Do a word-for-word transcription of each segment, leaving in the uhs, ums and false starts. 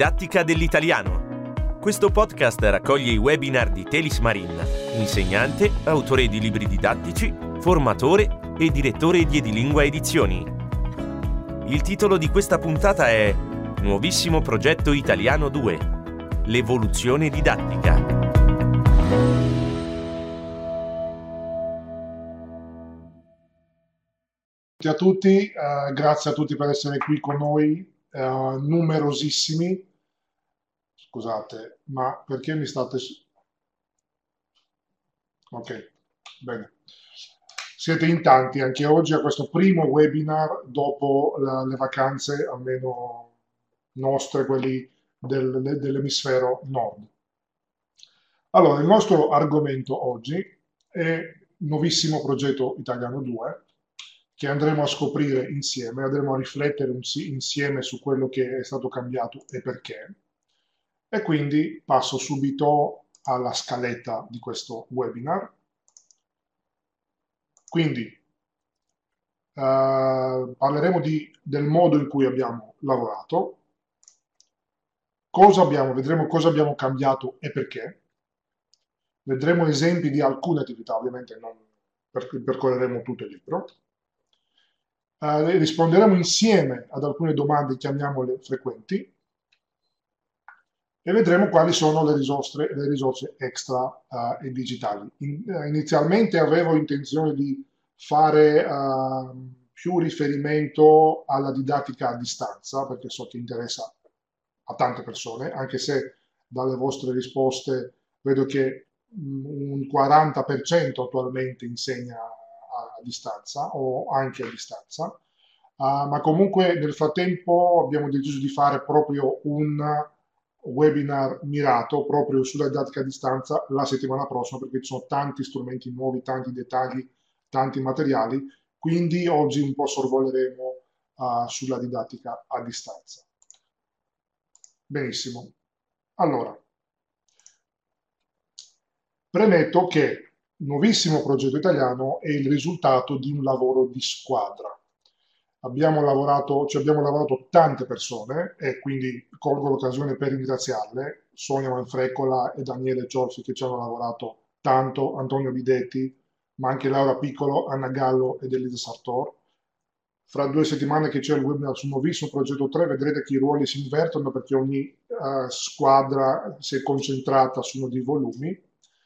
Didattica dell'italiano. Questo podcast raccoglie i webinar di Telis Marin, insegnante, autore di libri didattici, formatore e direttore di Edilingua Edizioni. Il titolo di questa puntata è Nuovissimo progetto italiano due. L'evoluzione didattica. Ciao a tutti, eh, grazie a tutti per essere qui con noi, eh, numerosissimi. Scusate, ma perché mi state... Ok, bene. Siete in tanti anche oggi a questo primo webinar dopo la- le vacanze, almeno nostre, quelli del- dell'emisfero nord. Allora, il nostro argomento oggi è nuovissimo progetto Italiano due, che andremo a scoprire insieme, andremo a riflettere un- insieme su quello che è stato cambiato e perché. E quindi passo subito alla scaletta di questo webinar. Quindi eh, parleremo di- del modo in cui abbiamo lavorato, cosa abbiamo, vedremo cosa abbiamo cambiato e perché. Vedremo esempi di alcune attività, ovviamente non per- percorreremo tutto il libro. Eh, risponderemo insieme ad alcune domande, chiamiamole frequenti, e vedremo quali sono le risorse, le risorse extra eh, e digitali. In- eh, inizialmente avevo intenzione di fare eh, più riferimento alla didattica a distanza, perché so che interessa a tante persone, anche se dalle vostre risposte vedo che mh, un quaranta per cento attualmente insegna a, a distanza o anche a distanza. Uh, ma comunque nel frattempo abbiamo deciso di fare proprio un webinar mirato proprio sulla didattica a distanza la settimana prossima, perché ci sono tanti strumenti nuovi, tanti dettagli, tanti materiali, quindi oggi un po' sorvoleremo uh, sulla didattica a distanza. Benissimo. Allora, premetto che il nuovissimo progetto italiano è il risultato di un lavoro di squadra. Abbiamo lavorato, ci abbiamo lavorato tante persone e quindi colgo l'occasione per ringraziarle, Sonia Manfrecola e Daniele Ciolfi che ci hanno lavorato tanto, Antonio Bidetti, ma anche Laura Piccolo, Anna Gallo ed Elisa Sartor. Fra due settimane che c'è il webinar sul nuovissimo progetto tre, vedrete che i ruoli si invertono perché ogni uh, squadra si è concentrata su uno dei volumi.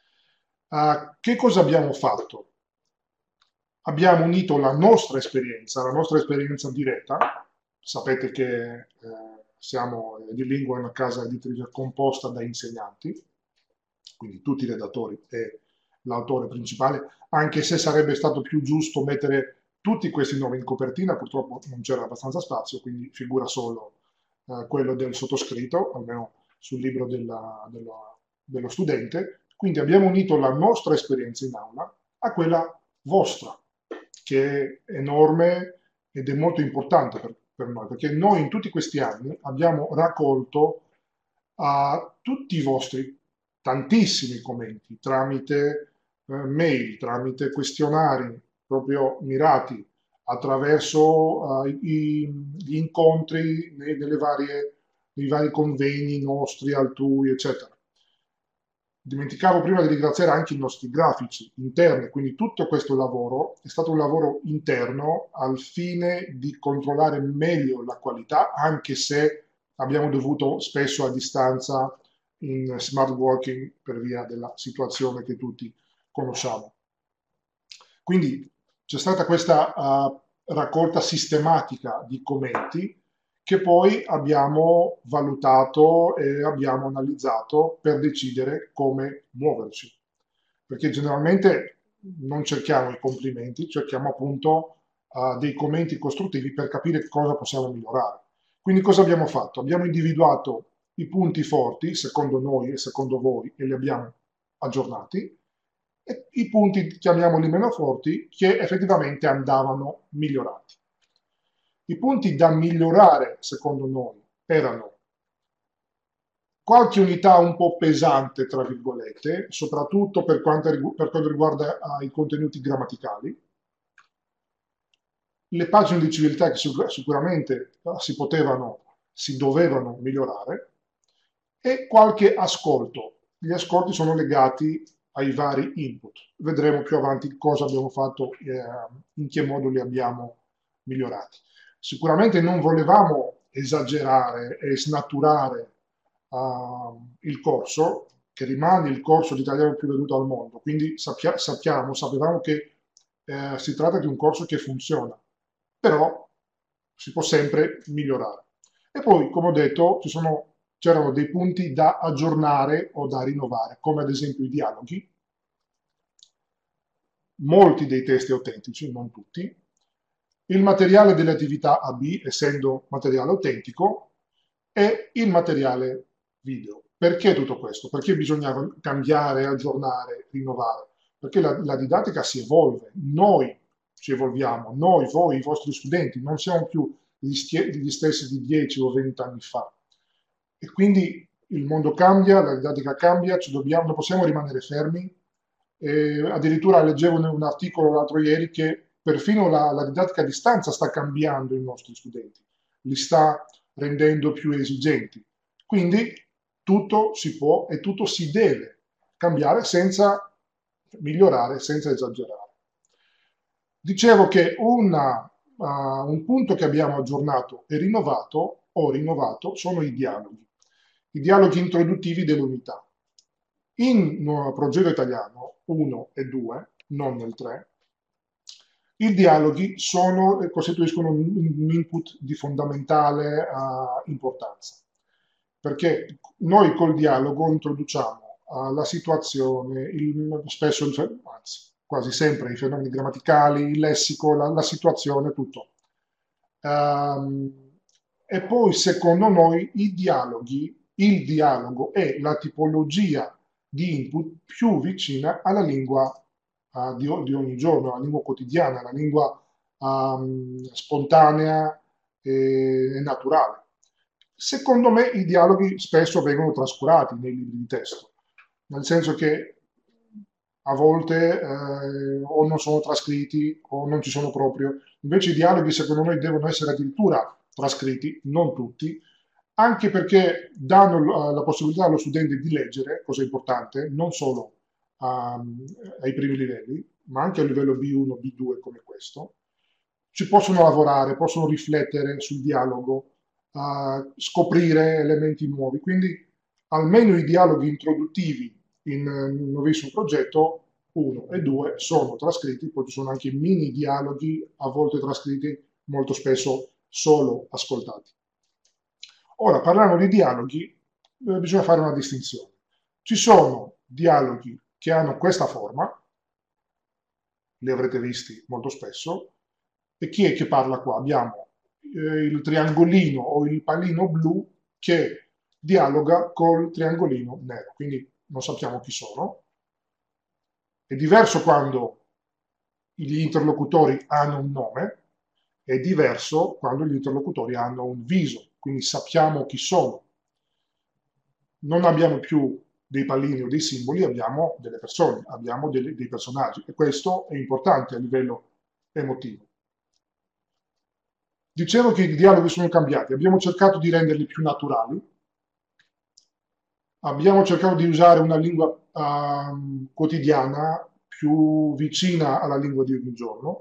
Uh, che cosa abbiamo fatto? Abbiamo unito la nostra esperienza, la nostra esperienza diretta. Sapete che eh, siamo di lingua in una casa editrice composta da insegnanti, quindi tutti i redattori e l'autore principale, anche se sarebbe stato più giusto mettere tutti questi nomi in copertina, purtroppo non c'era abbastanza spazio, quindi figura solo eh, quello del sottoscritto, almeno sul libro della, della, dello studente. Quindi abbiamo unito la nostra esperienza in aula a quella vostra, che è enorme ed è molto importante per, per noi, perché noi in tutti questi anni abbiamo raccolto a tutti i vostri tantissimi commenti tramite eh, mail, tramite questionari proprio mirati, attraverso eh, i, gli incontri nei, nelle varie, nei vari convegni nostri, altrui, eccetera. Dimenticavo prima di ringraziare anche i nostri grafici interni, quindi tutto questo lavoro è stato un lavoro interno al fine di controllare meglio la qualità, anche se abbiamo dovuto spesso a distanza in smart working per via della situazione che tutti conosciamo. Quindi c'è stata questa uh, raccolta sistematica di commenti che poi abbiamo valutato e abbiamo analizzato per decidere come muoverci. Perché generalmente non cerchiamo i complimenti, cerchiamo appunto uh, dei commenti costruttivi per capire cosa possiamo migliorare. Quindi cosa abbiamo fatto? Abbiamo individuato i punti forti, secondo noi e secondo voi, e li abbiamo aggiornati, e i punti, chiamiamoli meno forti, che effettivamente andavano migliorati. I punti da migliorare, secondo noi, erano qualche unità un po' pesante, tra virgolette, soprattutto per quanto, per quanto riguarda uh, i contenuti grammaticali, le pagine di civiltà che sicuramente uh, si potevano, si dovevano migliorare, e qualche ascolto. Gli ascolti sono legati ai vari input. Vedremo più avanti cosa abbiamo fatto, eh, in che modo li abbiamo migliorati. Sicuramente non volevamo esagerare e snaturare uh, il corso, che rimane il corso di italiano più venuto al mondo, quindi sappia- sappiamo, sapevamo che eh, si tratta di un corso che funziona, però si può sempre migliorare. E poi, come ho detto, ci sono, c'erano dei punti da aggiornare o da rinnovare, come ad esempio i dialoghi, molti dei testi autentici, non tutti, il materiale delle attività A B, essendo materiale autentico, e il materiale video. Perché tutto questo? Perché bisognava cambiare, aggiornare, rinnovare? Perché la, la didattica si evolve, noi ci evolviamo, noi, voi, i vostri studenti, non siamo più gli, gli stessi di dieci o venti anni fa. E quindi il mondo cambia, la didattica cambia, ci dobbiamo, non possiamo rimanere fermi. E addirittura leggevo un articolo l'altro ieri che perfino la, la didattica a distanza sta cambiando i nostri studenti, li sta rendendo più esigenti. Quindi tutto si può e tutto si deve cambiare senza migliorare, senza esagerare. Dicevo che una, uh, un punto che abbiamo aggiornato e rinnovato, o rinnovato, sono i dialoghi, i dialoghi introduttivi dell'unità. In uh, progetto italiano uno e due, non nel tre, i dialoghi sono, costituiscono un, un input di fondamentale uh, importanza, perché noi col dialogo introduciamo uh, la situazione, il, spesso, il, anzi, quasi sempre i fenomeni grammaticali, il lessico, la, la situazione, tutto. Um, e poi, secondo noi, i dialoghi, il dialogo è la tipologia di input più vicina alla lingua uh, di, di, ogni giorno, alla lingua quotidiana, alla lingua um, spontanea e, e naturale. Secondo me i dialoghi spesso vengono trascurati nei libri di testo, nel senso che a volte eh, o non sono trascritti o non ci sono proprio. Invece i dialoghi secondo me devono essere addirittura trascritti, non tutti, anche perché danno la possibilità allo studente di leggere, cosa importante, non solo um, ai primi livelli, ma anche a livello B uno, B due come questo. Ci possono lavorare, possono riflettere sul dialogo, uh, scoprire elementi nuovi. Quindi almeno i dialoghi introduttivi in un nuovissimo progetto uno e due sono trascritti, poi ci sono anche mini dialoghi, a volte trascritti, molto spesso solo ascoltati. Ora, parlando di dialoghi, eh, bisogna fare una distinzione. Ci sono dialoghi che hanno questa forma, li avrete visti molto spesso, e chi è che parla qua? Abbiamo eh, il triangolino o il pallino blu che dialoga col triangolino nero, quindi non sappiamo chi sono. È diverso quando gli interlocutori hanno un nome, è diverso quando gli interlocutori hanno un viso, quindi sappiamo chi sono. Non abbiamo più dei pallini o dei simboli, abbiamo delle persone, abbiamo delle, dei personaggi e questo è importante a livello emotivo. Dicevo che i dialoghi sono cambiati, abbiamo cercato di renderli più naturali, abbiamo cercato di usare una lingua uh, quotidiana più vicina alla lingua di ogni giorno.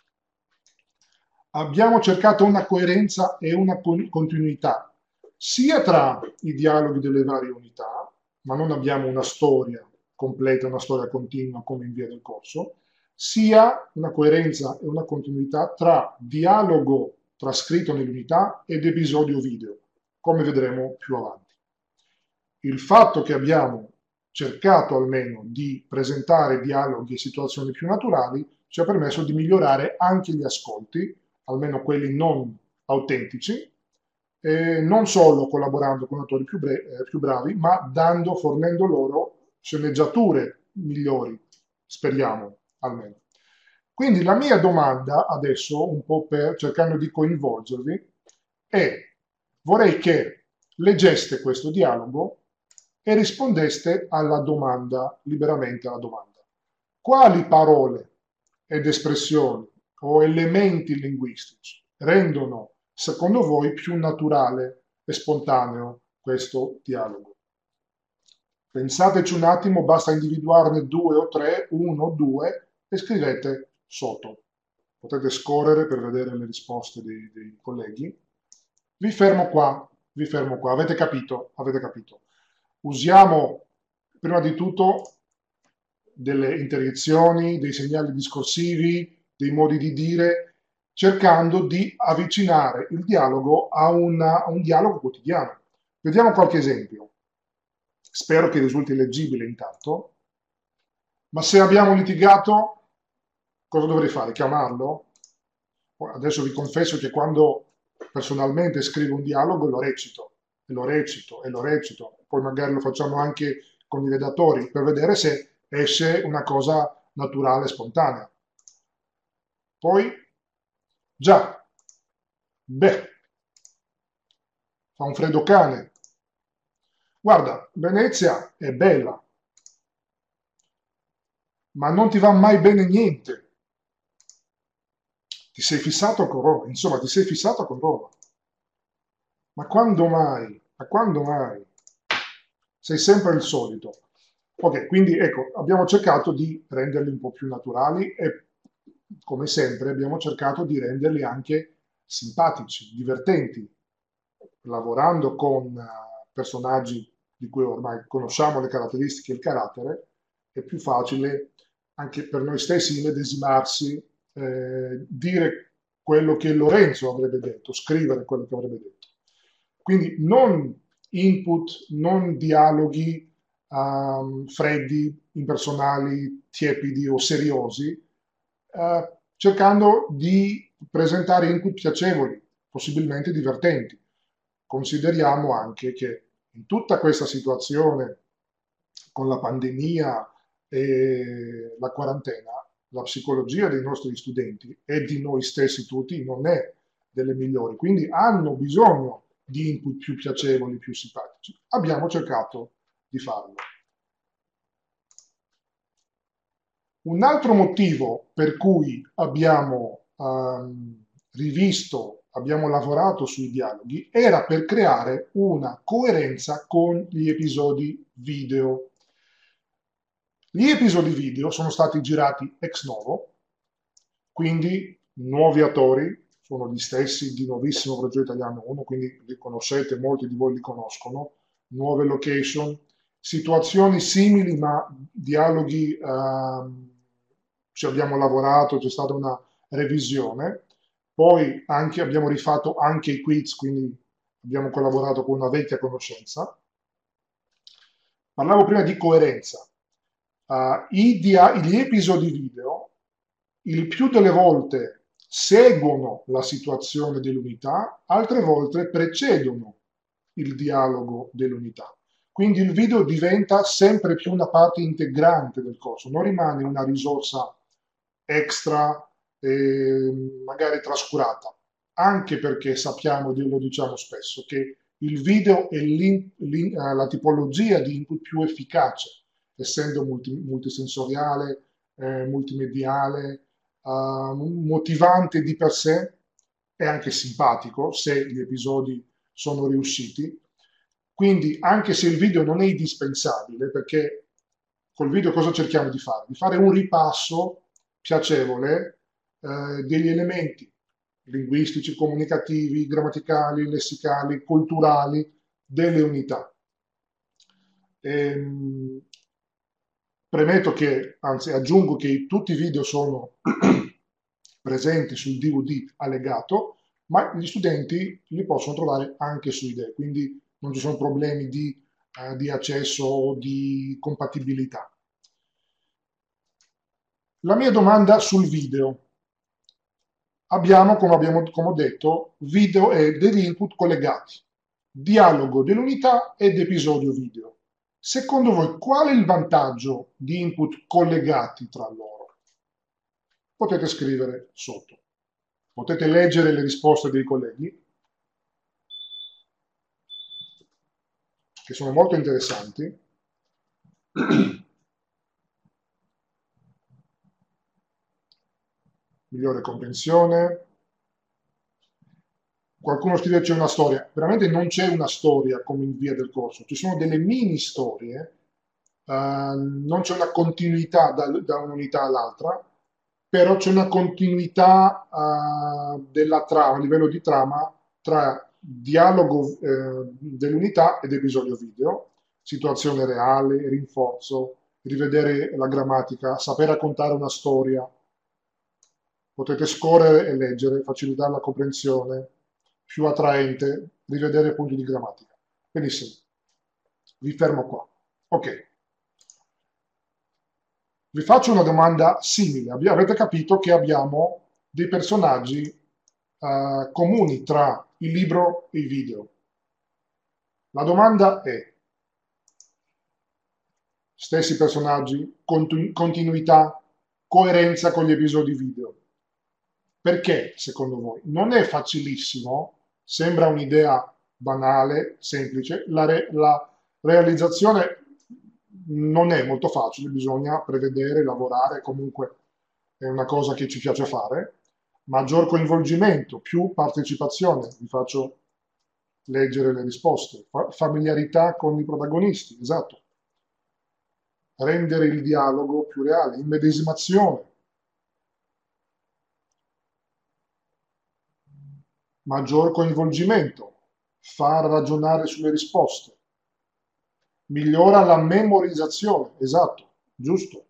Abbiamo cercato una coerenza e una continuità sia tra i dialoghi delle varie unità, ma non abbiamo una storia completa, una storia continua come in via del corso, sia una coerenza e una continuità tra dialogo trascritto nell'unità ed episodio video, come vedremo più avanti. Il fatto che abbiamo cercato almeno di presentare dialoghi e situazioni più naturali ci ha permesso di migliorare anche gli ascolti, almeno quelli non autentici, eh, non solo collaborando con autori più, eh, più bravi, ma dando, fornendo loro sceneggiature migliori, speriamo almeno. Quindi la mia domanda adesso, un po' per cercando di coinvolgervi, è: vorrei che leggeste questo dialogo e rispondeste alla domanda, liberamente alla domanda. Quali parole ed espressioni o elementi linguistici rendono, secondo voi, più naturale e spontaneo questo dialogo? Pensateci un attimo, basta individuarne due o tre, uno o due, e scrivete sotto. Potete scorrere per vedere le risposte dei, dei colleghi. Vi fermo qua, vi fermo qua. Avete capito? Avete capito. Usiamo prima di tutto delle interjezioni, dei segnali discorsivi, dei modi di dire, cercando di avvicinare il dialogo a, una, a un dialogo quotidiano. Vediamo qualche esempio. Spero che risulti leggibile intanto. Ma se abbiamo litigato, cosa dovrei fare? Chiamarlo? Adesso vi confesso che quando personalmente scrivo un dialogo lo recito, e lo recito, e lo recito. Poi magari lo facciamo anche con i redattori per vedere se esce una cosa naturale e spontanea. Poi, già, beh, fa un freddo cane. Guarda, Venezia è bella, ma non ti va mai bene niente. Ti sei fissato con Roma, insomma, ti sei fissato con Roma. Ma quando mai? Ma quando mai? Sei sempre il solito. Ok, quindi ecco, abbiamo cercato di renderli un po' più naturali e, come sempre, abbiamo cercato di renderli anche simpatici, divertenti, lavorando con eh, personaggi di cui ormai conosciamo le caratteristiche e il carattere, è più facile anche per noi stessi immedesimarsi, eh, dire quello che Lorenzo avrebbe detto, scrivere quello che avrebbe detto. Quindi non input, non dialoghi um, freddi, impersonali, tiepidi o seriosi, eh, cercando di presentare input piacevoli, possibilmente divertenti. Consideriamo anche che in tutta questa situazione, con la pandemia e la quarantena, la psicologia dei nostri studenti e di noi stessi tutti non è delle migliori, quindi hanno bisogno di input più piacevoli, più simpatici. Abbiamo cercato di farlo. Un altro motivo per cui abbiamo ehm, rivisto, abbiamo lavorato sui dialoghi, era per creare una coerenza con gli episodi video. Gli episodi video sono stati girati ex novo, quindi nuovi attori, sono gli stessi di Nuovissimo Progetto Italiano uno, quindi li conoscete, molti di voi li conoscono, nuove location, situazioni simili ma dialoghi, ehm, ci abbiamo lavorato, c'è stata una revisione, poi anche, abbiamo rifatto anche i quiz, quindi abbiamo collaborato con una vecchia conoscenza. Parlavo prima di coerenza. Uh, i dia- gli episodi video, il più delle volte seguono la situazione dell'unità, altre volte precedono il dialogo dell'unità. Quindi il video diventa sempre più una parte integrante del corso, non rimane una risorsa extra, eh, magari trascurata, anche perché sappiamo, e lo diciamo spesso, che il video è l'in- l'in- eh, la tipologia di input più efficace, essendo multi- multisensoriale, eh, multimediale, eh, motivante di per sé, è anche simpatico se gli episodi sono riusciti. Quindi anche se il video non è indispensabile, perché col video cosa cerchiamo di fare? Di fare un ripasso piacevole eh, degli elementi linguistici, comunicativi, grammaticali, lessicali, culturali delle unità. Ehm, premetto che, anzi aggiungo che tutti i video sono presenti sul D V D allegato, ma gli studenti li possono trovare anche su I D E, quindi non ci sono problemi di, eh, di accesso o di compatibilità. La mia domanda sul video. Abbiamo, come abbiamo come ho detto, video e degli input collegati, dialogo dell'unità ed episodio video. Secondo voi qual è il vantaggio di input collegati tra loro? Potete scrivere sotto. Potete leggere le risposte dei colleghi, che sono molto interessanti. Migliore comprensione. Qualcuno scrive c'è una storia. Veramente non c'è una storia come in via del corso, ci sono delle mini storie eh, non c'è una continuità da, da un'unità all'altra, però c'è una continuità eh, della trama, a livello di trama, tra dialogo eh, dell'unità ed episodio video, situazione reale, rinforzo, rivedere la grammatica, saper raccontare una storia. Potete scorrere e leggere, facilitare la comprensione, più attraente, rivedere punti di grammatica. Benissimo, vi fermo qua. Ok, vi faccio una domanda simile. Abbi- Avete capito che abbiamo dei personaggi eh, comuni tra il libro e i video. La domanda è, stessi personaggi, continu- continuità, coerenza con gli episodi video. Perché, secondo voi? Non è facilissimo, sembra un'idea banale, semplice, la, re- la realizzazione non è molto facile, bisogna prevedere, lavorare, comunque è una cosa che ci piace fare. Maggior coinvolgimento, più partecipazione, vi faccio leggere le risposte, Fa- familiarità con i protagonisti, esatto, rendere il dialogo più reale, immedesimazione, maggior coinvolgimento, far ragionare sulle risposte, migliora la memorizzazione, esatto, giusto,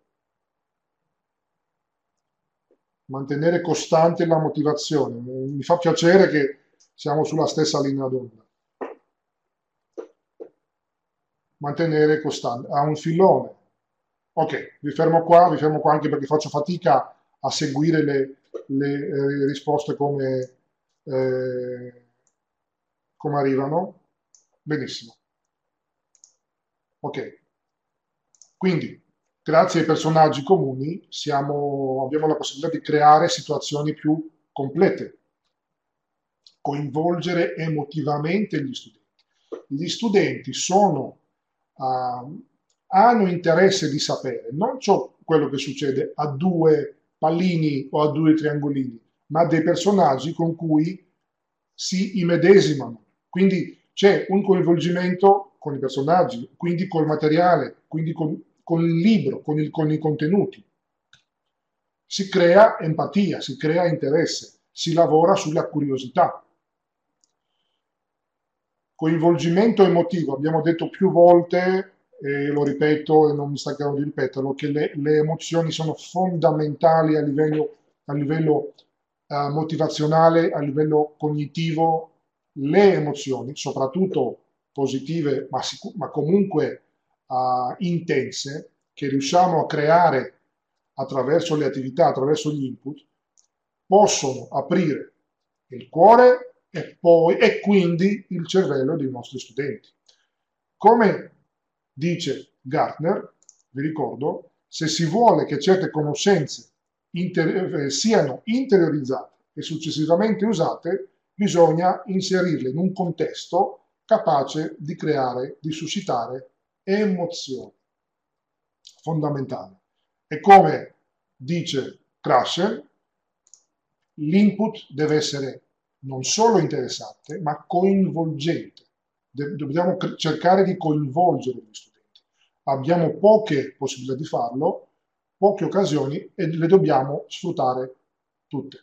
mantenere costante la motivazione. Mi fa piacere che siamo sulla stessa linea d'onda. Mantenere costante, ha un filone. Ok, vi fermo qua, vi fermo qua anche perché faccio fatica a seguire le, le, eh, risposte come, eh, come arrivano. Benissimo. Ok, quindi grazie ai personaggi comuni siamo- abbiamo la possibilità di creare situazioni più complete, coinvolgere emotivamente gli studenti. Gli studenti sono, ah, hanno interesse di sapere non ciò quello che succede a due pallini o a due triangolini, ma dei personaggi con cui si immedesimano. Quindi c'è un coinvolgimento con i personaggi, quindi col materiale, quindi con, con il libro, con, il, con i contenuti. Si crea empatia, si crea interesse, si lavora sulla curiosità. Coinvolgimento emotivo, abbiamo detto più volte, e lo ripeto e non mi stancherò di ripeterlo, che le, le emozioni sono fondamentali a livello, a livello eh, motivazionale, a livello cognitivo. Le emozioni, soprattutto positive, ma, sicu- ma comunque eh, intense, che riusciamo a creare attraverso le attività, attraverso gli input, possono aprire il cuore e poi e quindi il cervello dei nostri studenti. Come dice Gartner, vi ricordo, se si vuole che certe conoscenze inter- eh, siano interiorizzate e successivamente usate, bisogna inserirle in un contesto capace di creare, di suscitare emozioni. Fondamentale. E come dice Krasher, l'input deve essere non solo interessante, ma coinvolgente. De- dobbiamo cr- cercare di coinvolgere gli studenti. Abbiamo poche possibilità di farlo, poche occasioni e le dobbiamo sfruttare tutte.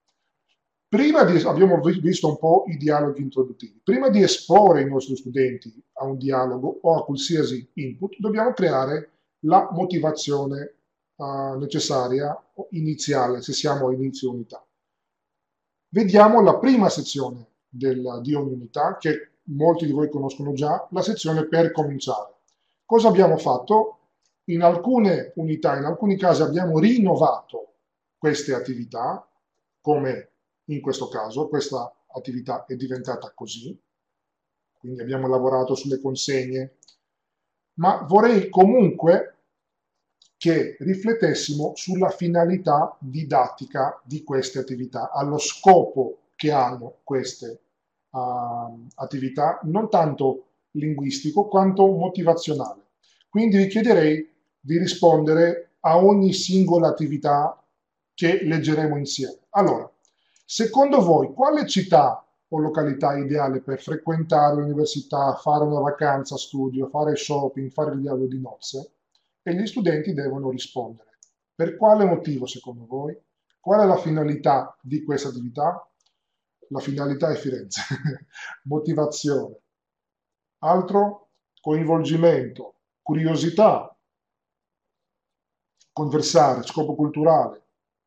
Prima di, abbiamo vi- visto un po' i dialoghi introduttivi. Prima di esporre i nostri studenti a un dialogo o a qualsiasi input, dobbiamo creare la motivazione eh, necessaria o iniziale, se siamo a inizio unità. Vediamo la prima sezione del- di ogni unità, che molti di voi conoscono già, la sezione per cominciare. Cosa abbiamo fatto? In alcune unità, in alcuni casi abbiamo rinnovato queste attività, come in questo caso, questa attività è diventata così, quindi abbiamo lavorato sulle consegne, ma vorrei comunque che riflettessimo sulla finalità didattica di queste attività, allo scopo che hanno queste uh, attività, non tanto linguistico quanto motivazionale. Quindi vi chiederei di rispondere a ogni singola attività che leggeremo insieme. Allora, secondo voi, quale città o località ideale per frequentare l'università, fare una vacanza studio, fare shopping, fare il viaggio di nozze? e gli studenti devono rispondere. Per quale motivo, secondo voi? Qual è la finalità di questa attività? La finalità è Firenze. Motivazione. Altro? Coinvolgimento, curiosità, conversare, scopo culturale,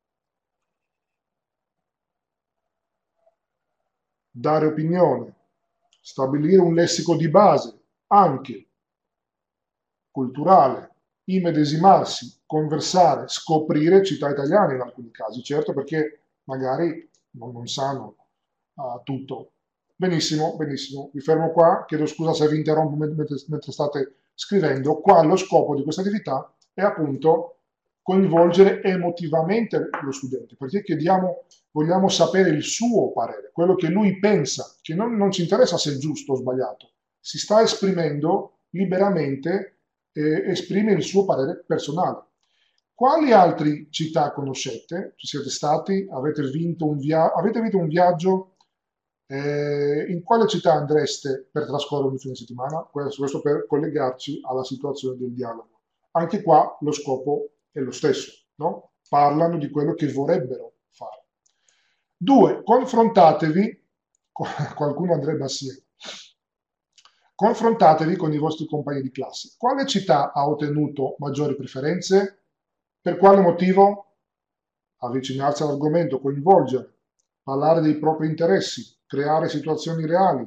dare opinione, stabilire un lessico di base, anche culturale, immedesimarsi, conversare, scoprire città italiane in alcuni casi, certo perché magari non, non sanno uh, tutto. Benissimo, benissimo, vi fermo qua, chiedo scusa se vi interrompo mentre, mentre state scrivendo. Qua lo scopo di questa attività è appunto coinvolgere emotivamente lo studente, perché chiediamo, vogliamo sapere il suo parere, quello che lui pensa, che non, non ci interessa se è giusto o sbagliato, si sta esprimendo liberamente, eh, esprime il suo parere personale. Quali altre città conoscete? Ci siete stati? Avete vinto un, via- avete vinto un viaggio? Eh, in quale città andreste per trascorrere un fine settimana? Questo, questo per collegarci alla situazione del dialogo. Anche qua lo scopo è lo stesso, no? Parlano di quello che vorrebbero fare. Due, confrontatevi, qualcuno andrebbe assieme, confrontatevi con i vostri compagni di classe. Quale città ha ottenuto maggiori preferenze? Per quale motivo? Avvicinarsi all'argomento, coinvolgere, parlare dei propri interessi, creare situazioni reali.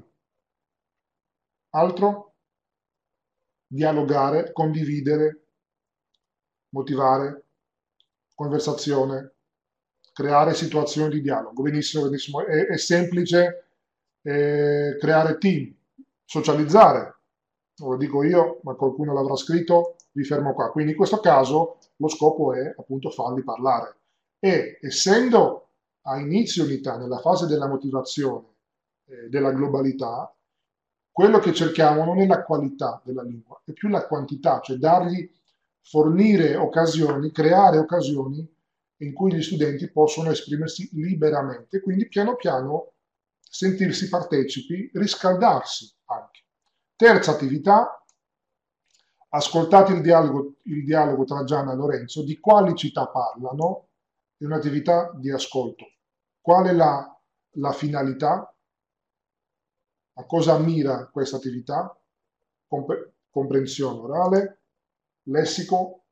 Altro? Dialogare, condividere, motivare, conversazione, creare situazioni di dialogo. Benissimo, benissimo. È, è semplice eh, creare team, socializzare. Non lo dico io, ma qualcuno l'avrà scritto, vi fermo qua. Quindi in questo caso lo scopo è appunto farli parlare. E essendo a inizio unità, nella fase della motivazione, eh, della globalità, quello che cerchiamo non è la qualità della lingua, è più la quantità, cioè dargli, fornire occasioni, creare occasioni in cui gli studenti possono esprimersi liberamente, quindi piano piano sentirsi partecipi, riscaldarsi anche. Terza attività, ascoltate il dialogo, il dialogo tra Gianna e Lorenzo, di quali città parlano, è un'attività di ascolto. Qual è la, la finalità? A cosa mira questa attività? Compre- comprensione orale, lessico,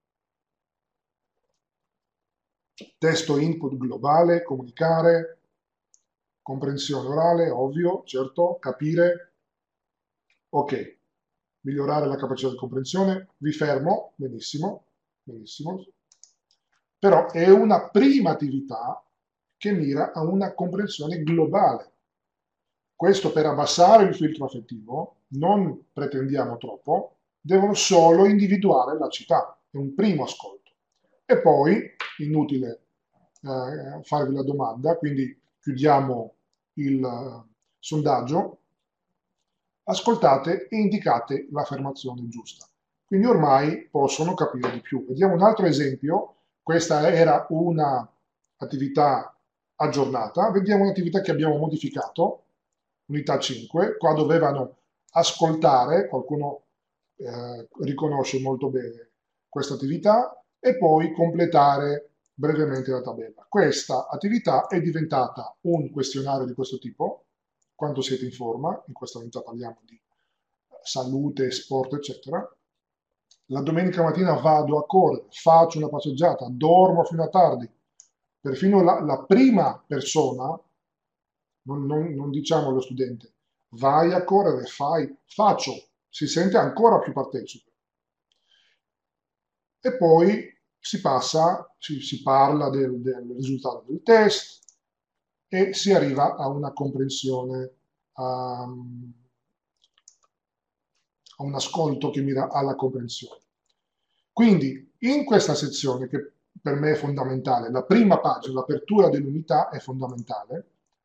testo input globale, comunicare, comprensione orale, ovvio, certo, capire, ok, migliorare la capacità di comprensione, vi fermo, benissimo, benissimo, però è una prima attività che mira a una comprensione globale. Questo per abbassare il filtro affettivo, non pretendiamo troppo, devono solo individuare la città, è un primo ascolto. E poi, inutile eh, farvi la domanda, quindi chiudiamo il eh, sondaggio, ascoltate e indicate l'affermazione giusta. Quindi ormai possono capire di più. Vediamo un altro esempio, questa era un'attività aggiornata, vediamo un'attività che abbiamo modificato, unità cinque, qua dovevano ascoltare, qualcuno eh, riconosce molto bene questa attività, e poi completare brevemente la tabella. Questa attività è diventata un questionario di questo tipo, quanto siete in forma, in questa unità parliamo di salute, sport, eccetera. La domenica mattina vado a correre, faccio una passeggiata, dormo fino a tardi. Perfino la, la prima persona, non, non, non diciamo allo studente, vai a correre, fai, faccio, si sente ancora più partecipe. E poi si passa, si, si parla del, del risultato del test e si arriva a una comprensione, a, a un ascolto che mira alla comprensione. Quindi in questa sezione, che per me è fondamentale, la prima pagina, l'apertura dell'unità è fondamentale,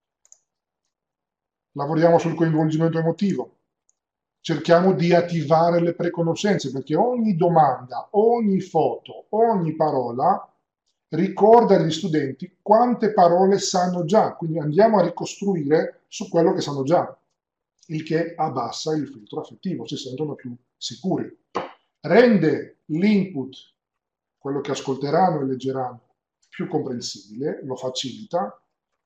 lavoriamo sul coinvolgimento emotivo, cerchiamo di attivare le preconoscenze, perché ogni domanda, ogni foto, ogni parola ricorda agli studenti quante parole sanno già, quindi andiamo a ricostruire su quello che sanno già, il che abbassa il filtro affettivo, si sentono più sicuri. rende l'input, quello che ascolteranno e leggeranno, più comprensibile, lo facilita,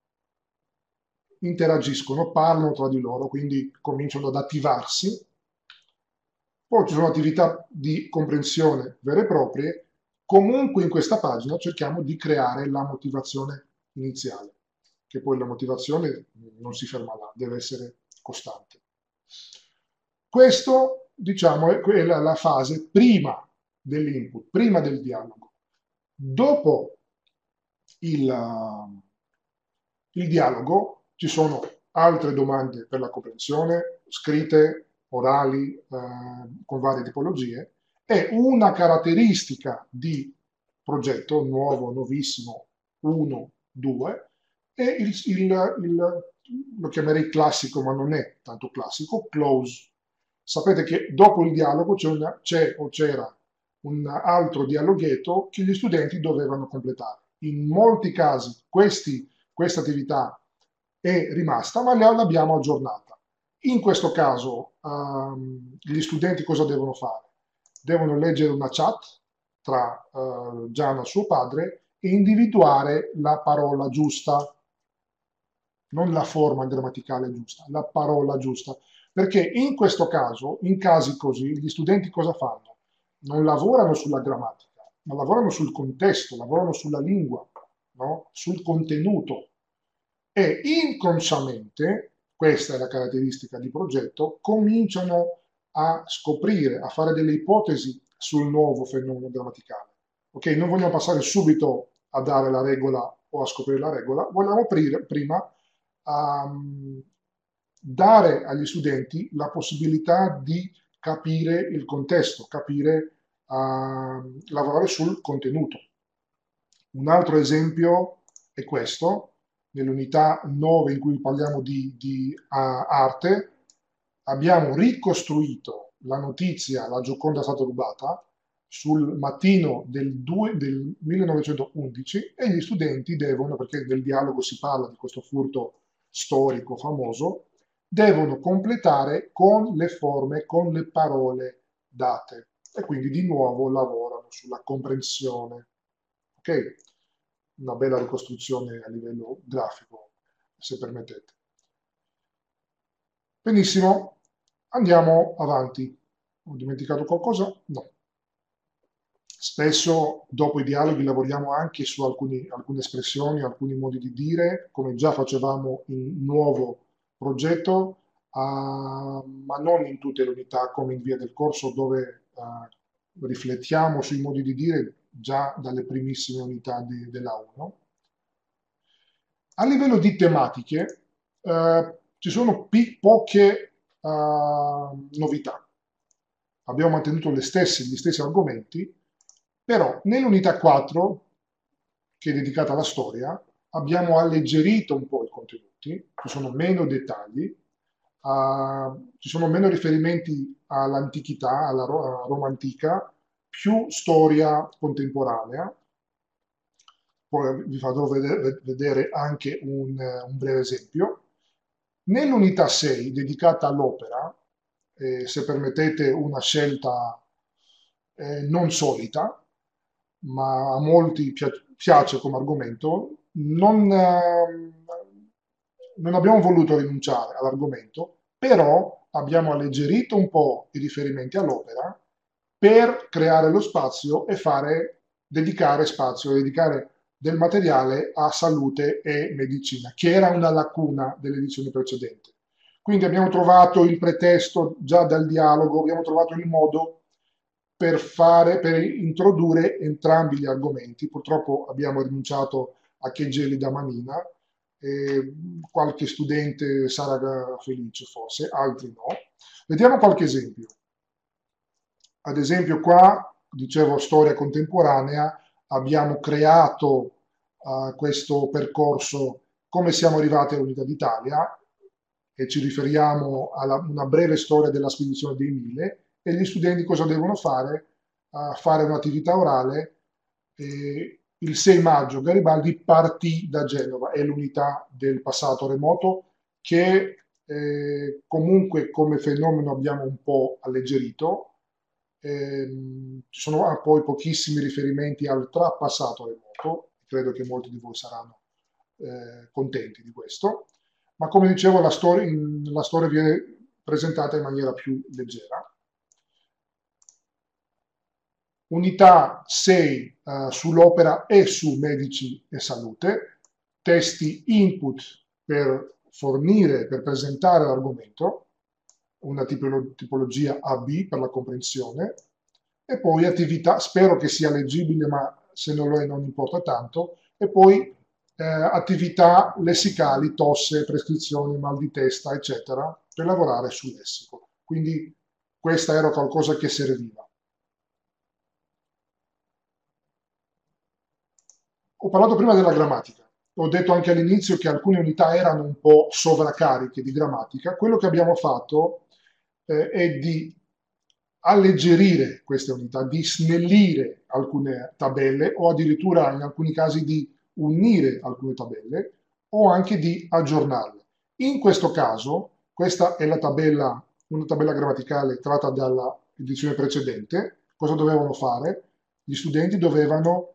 interagiscono, parlano tra di loro, quindi cominciano ad attivarsi. Poi ci sono attività di comprensione vere e proprie. Comunque in questa pagina cerchiamo di creare la motivazione iniziale, che poi la motivazione non si ferma là, deve essere costante. Questo, diciamo, è la, la fase prima dell'input, prima del dialogo. Dopo il, uh, il dialogo ci sono altre domande per la comprensione, scritte, orali, eh, con varie tipologie, e una caratteristica di progetto nuovo, nuovissimo, uno, due, è il, il, il, lo chiamerei classico, ma non è tanto classico, close. Sapete che dopo il dialogo c'è, una, c'è o c'era un altro dialoghetto che gli studenti dovevano completare. In molti casi questi, questa attività è rimasta, ma l'abbiamo aggiornata. In questo caso um, gli studenti cosa devono fare? Devono leggere una chat tra uh, Gianna e suo padre e individuare la parola giusta, non la forma grammaticale giusta, la parola giusta. Perché in questo caso, in casi così, gli studenti cosa fanno? Non lavorano sulla grammatica, ma lavorano sul contesto, lavorano sulla lingua, no? Sul contenuto. E inconsciamente, questa è la caratteristica di progetto, cominciano a scoprire, a fare delle ipotesi sul nuovo fenomeno grammaticale. Ok, non vogliamo passare subito a dare la regola o a scoprire la regola, vogliamo aprire prima a dare agli studenti la possibilità di capire il contesto, capire, uh, lavorare sul contenuto. Un altro esempio è questo, nell'unità nove in cui parliamo di, di uh, arte, abbiamo ricostruito la notizia La Gioconda è stata rubata sul mattino del, due, del millenovecentoundici e gli studenti devono, perché nel dialogo si parla di questo furto storico famoso, devono completare con le forme, con le parole date e quindi di nuovo lavorano sulla comprensione. Ok? Una bella ricostruzione a livello grafico, se permettete. Benissimo, andiamo avanti. Ho dimenticato qualcosa? No. Spesso dopo i dialoghi lavoriamo anche su alcuni, alcune espressioni, alcuni modi di dire, come già facevamo in nuovo progetto, uh, ma non in tutte le unità come in via del corso dove uh, riflettiamo sui modi di dire già dalle primissime unità di, della uno. A livello di tematiche uh, ci sono poche uh, novità. Abbiamo mantenuto le stesse, gli stessi argomenti, però nell'unità quattro, che è dedicata alla storia, abbiamo alleggerito un po' i contenuti, ci sono meno dettagli, uh, ci sono meno riferimenti all'antichità, alla Roma antica, più storia contemporanea. Poi vi farò vedere anche un, un breve esempio. Nell'unità sei, dedicata all'opera, eh, se permettete una scelta eh, non solita, ma a molti piace come argomento, non, eh, non abbiamo voluto rinunciare all'argomento, però abbiamo alleggerito un po' i riferimenti all'opera per creare lo spazio e fare, dedicare spazio, dedicare del materiale a salute e medicina, che era una lacuna dell'edizione precedente. Quindi abbiamo trovato il pretesto già dal dialogo, abbiamo trovato il modo per fare, per introdurre entrambi gli argomenti. Purtroppo abbiamo rinunciato a che gelida manina, eh, qualche studente sarà felice forse, altri no. Vediamo qualche esempio. Ad esempio qua, dicevo storia contemporanea, abbiamo creato uh, questo percorso come siamo arrivati all'Unità d'Italia e ci riferiamo a una breve storia della spedizione dei Mille e gli studenti cosa devono fare? Uh, fare un'attività orale. Eh, il sei maggio Garibaldi partì da Genova, è l'unità del passato remoto che eh, comunque come fenomeno abbiamo un po' alleggerito, Ehm, ci sono ah, poi pochissimi riferimenti al trapassato remoto, credo che molti di voi saranno eh, contenti di questo, ma come dicevo la storia, in- la storia viene presentata in maniera più leggera. Unità sei eh, sull'opera e su medici e salute, testi input per fornire, per presentare l'argomento, una tipolo- tipologia A B per la comprensione, e poi attività, spero che sia leggibile, ma se non lo è non importa tanto, e poi eh, attività lessicali, tosse, prescrizioni, mal di testa, eccetera, per lavorare sul lessico. Quindi questa era qualcosa che serviva. Ho parlato prima della grammatica. Ho detto anche all'inizio che alcune unità erano un po' sovraccariche di grammatica. Quello che abbiamo fatto eh, è di alleggerire queste unità, di snellire alcune tabelle o addirittura in alcuni casi di unire alcune tabelle o anche di aggiornarle. In questo caso, questa è la tabella, una tabella grammaticale tratta dalla edizione precedente. Cosa dovevano fare? Gli studenti dovevano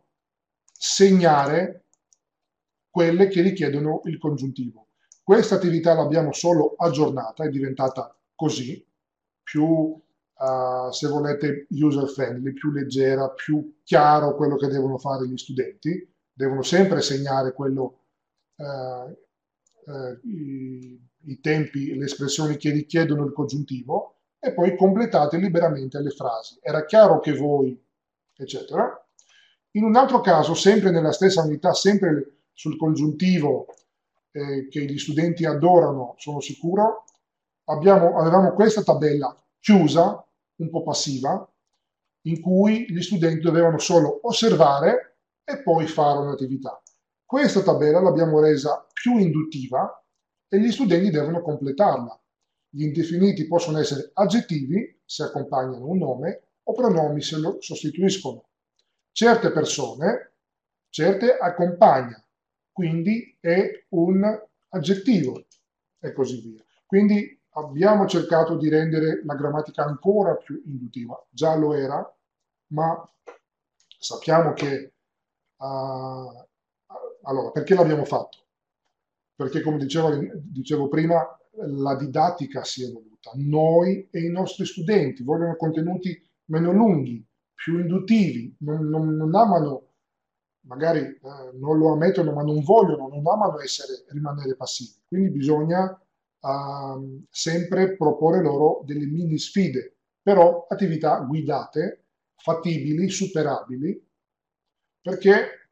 segnare quelle che richiedono il congiuntivo. Questa attività l'abbiamo solo aggiornata, è diventata così, più, uh, se volete, user friendly, più leggera, più chiaro quello che devono fare gli studenti. Devono sempre segnare quello, uh, uh, i, i tempi, le espressioni che richiedono il congiuntivo e poi completate liberamente le frasi. Era chiaro che voi, eccetera. In un altro caso, sempre nella stessa unità, sempre sul congiuntivo eh, che gli studenti adorano, sono sicuro, abbiamo, avevamo questa tabella chiusa, un po' passiva, in cui gli studenti dovevano solo osservare e poi fare un'attività. Questa tabella l'abbiamo resa più induttiva e gli studenti devono completarla. Gli indefiniti possono essere aggettivi, se accompagnano un nome, o pronomi se lo sostituiscono. Certe persone, certe accompagna, quindi è un aggettivo e così via. Quindi abbiamo cercato di rendere la grammatica ancora più induttiva. Già lo era, ma sappiamo che... Uh, allora, perché l'abbiamo fatto? Perché, come dicevo, dicevo prima, la didattica si è evoluta. Noi e i nostri studenti vogliono contenuti meno lunghi, più induttivi, non, non, non amano, magari eh, non lo ammettono, ma non vogliono, non amano essere, rimanere passivi. Quindi bisogna uh, sempre proporre loro delle mini sfide, però attività guidate, fattibili, superabili, perché,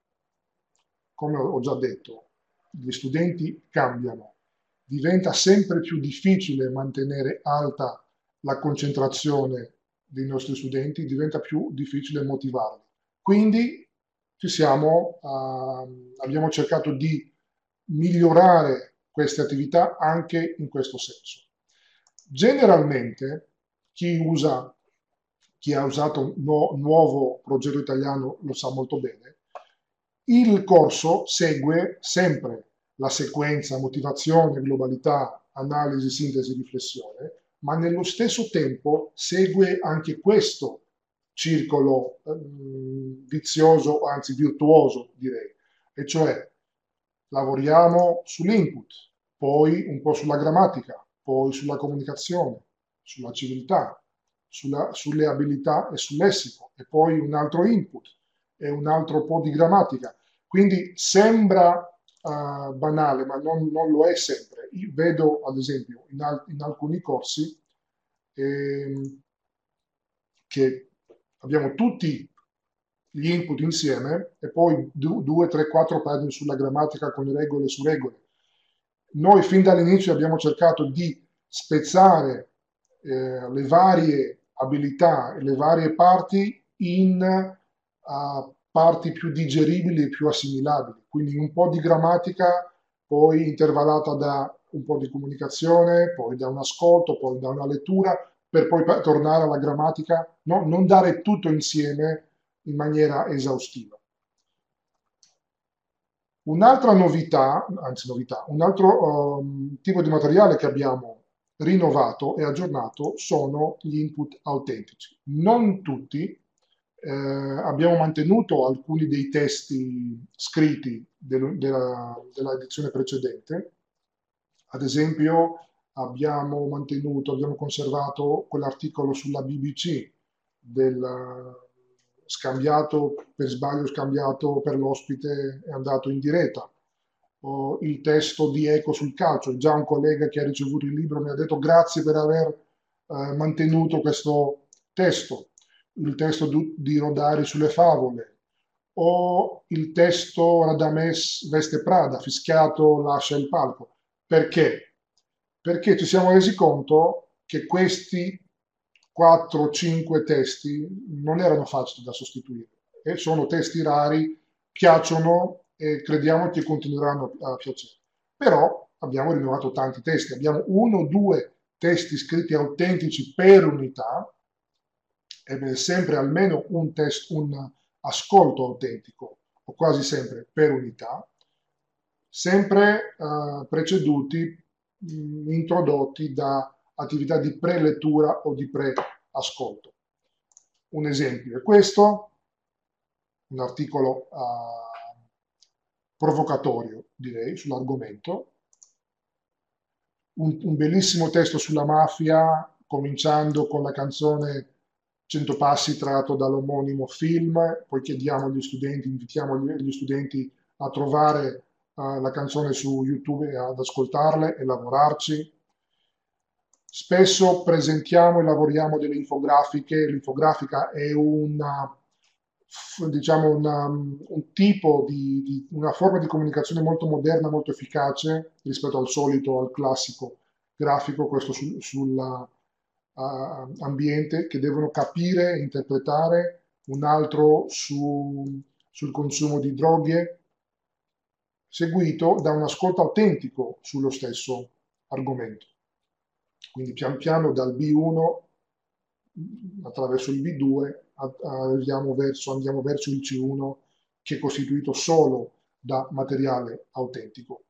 come ho già detto, gli studenti cambiano, diventa sempre più difficile mantenere alta la concentrazione dei nostri studenti, diventa più difficile motivarli. Quindi ci siamo, uh, abbiamo cercato di migliorare queste attività anche in questo senso. Generalmente chi usa, chi ha usato un nu- nuovo progetto italiano lo sa molto bene, il corso segue sempre la sequenza motivazione, globalità, analisi, sintesi, riflessione, ma nello stesso tempo segue anche questo circolo eh, vizioso, anzi virtuoso direi, e cioè lavoriamo sull'input, poi un po' sulla grammatica, poi sulla comunicazione, sulla civiltà, sulla, sulle abilità e sul lessico, e poi un altro input e un altro po' di grammatica. Quindi sembra uh, banale, ma non, non, lo è sempre. Io vedo, ad esempio, in, al in alcuni corsi ehm, che abbiamo tutti gli input insieme e poi due, tre, quattro pagine sulla grammatica con regole su regole. Noi fin dall'inizio abbiamo cercato di spezzare eh, le varie abilità e le varie parti in uh, parti più digeribili e più assimilabili. Quindi un po' di grammatica, poi intervallata da un po' di comunicazione, poi da un ascolto, poi da una lettura, per poi tornare alla grammatica, no? Non dare tutto insieme in maniera esaustiva. Un'altra novità, anzi novità, un altro um, tipo di materiale che abbiamo rinnovato e aggiornato sono gli input autentici. Non tutti, eh, abbiamo mantenuto alcuni dei testi scritti del- della, della edizione precedente. Ad esempio, abbiamo mantenuto, abbiamo conservato quell'articolo sulla B B C del eh, scambiato, per sbaglio scambiato per l'ospite è andato in diretta, o il testo di Eco sul calcio. Già un collega che ha ricevuto il libro mi ha detto grazie per aver eh, mantenuto questo testo, il testo du- di Rodari sulle favole, o il testo Radames veste Prada, fischiato lascia il palco. Perché? Perché ci siamo resi conto che questi quattro cinque testi non erano facili da sostituire e sono testi rari, piacciono e crediamo che continueranno a piacere. Però abbiamo rinnovato tanti testi, abbiamo uno o due testi scritti autentici per unità e sempre almeno un test, un ascolto autentico, o quasi sempre per unità, sempre eh, preceduti, mh, introdotti da attività di prelettura o di preascolto. Un esempio è questo, un articolo eh, provocatorio, direi, sull'argomento, un, un bellissimo testo sulla mafia, cominciando con la canzone Cento passi tratto dall'omonimo film, poi chiediamo agli studenti, invitiamo gli, gli studenti a trovare uh, la canzone su YouTube e ad ascoltarle e lavorarci. Spesso presentiamo e lavoriamo delle infografiche, l'infografica è una, diciamo una, un tipo di, di, una forma di comunicazione molto moderna, molto efficace rispetto al solito, al classico grafico, questo sul, sulla, uh, ambiente che devono capire e interpretare, un altro su, sul consumo di droghe, seguito da un ascolto autentico sullo stesso argomento. Quindi pian piano dal B uno attraverso il B due arriviamo verso, andiamo verso il C uno che è costituito solo da materiale autentico.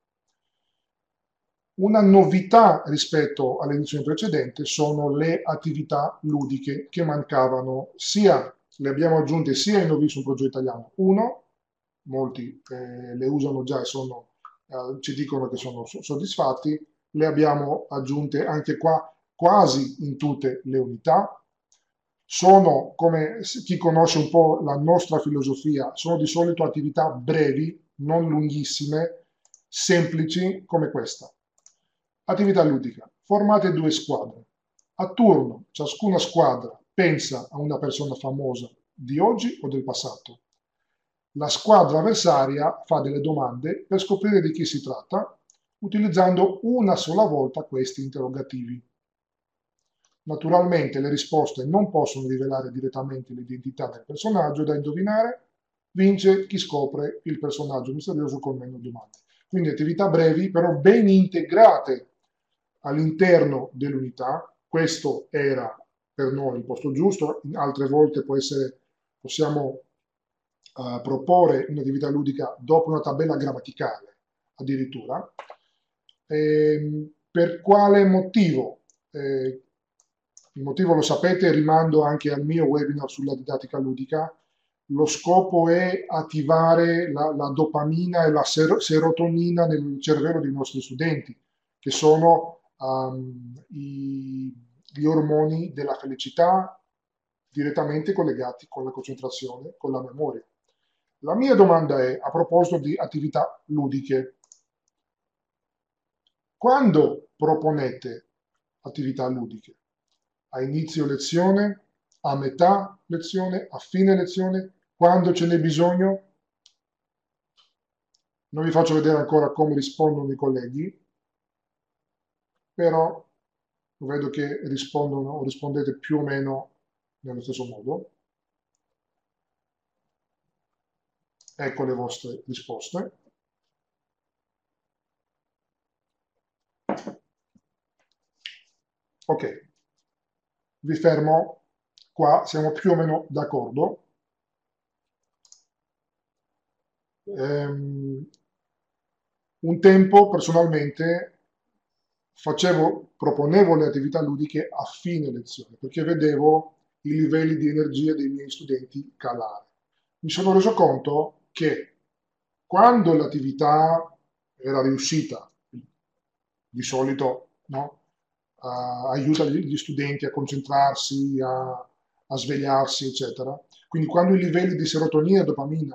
Una novità rispetto all'edizione precedente sono le attività ludiche che mancavano, sia le abbiamo aggiunte sia in Novissimo Progetto Italiano uno, molti eh, le usano già e sono, eh, ci dicono che sono soddisfatti, le abbiamo aggiunte anche qua quasi in tutte le unità. Sono, come chi conosce un po' la nostra filosofia, sono di solito attività brevi, non lunghissime, semplici come questa. Attività ludica, formate due squadre. A turno, ciascuna squadra pensa a una persona famosa di oggi o del passato. La squadra avversaria fa delle domande per scoprire di chi si tratta, utilizzando una sola volta questi interrogativi. Naturalmente le risposte non possono rivelare direttamente l'identità del personaggio da indovinare, vince chi scopre il personaggio misterioso con meno domande. Quindi attività brevi, però ben integrate all'interno dell'unità. Questo era per noi il posto giusto, in altre volte può essere, possiamo uh, proporre un'attività ludica dopo una tabella grammaticale addirittura. E, per quale motivo? Eh, il motivo lo sapete, rimando anche al mio webinar sulla didattica ludica. Lo scopo è attivare la, la dopamina e la ser serotonina nel cervello dei nostri studenti, che sono um, i, gli ormoni della felicità direttamente collegati con la concentrazione, con la memoria. La mia domanda è, a proposito di attività ludiche, quando proponete attività ludiche? A inizio lezione, a metà lezione, a fine lezione, quando ce n'è bisogno? Non vi faccio vedere ancora come rispondono i colleghi, però vedo che rispondono o rispondete più o meno nello stesso modo. Ecco le vostre risposte. Ok, vi fermo qua, siamo più o meno d'accordo. Um, un tempo personalmente facevo, proponevo le attività ludiche a fine lezione, perché vedevo i livelli di energia dei miei studenti calare. Mi sono reso conto che quando l'attività era riuscita, di solito, no? Uh, aiuta gli, gli studenti a concentrarsi, a, a svegliarsi, eccetera. Quindi quando i livelli di serotonina e dopamina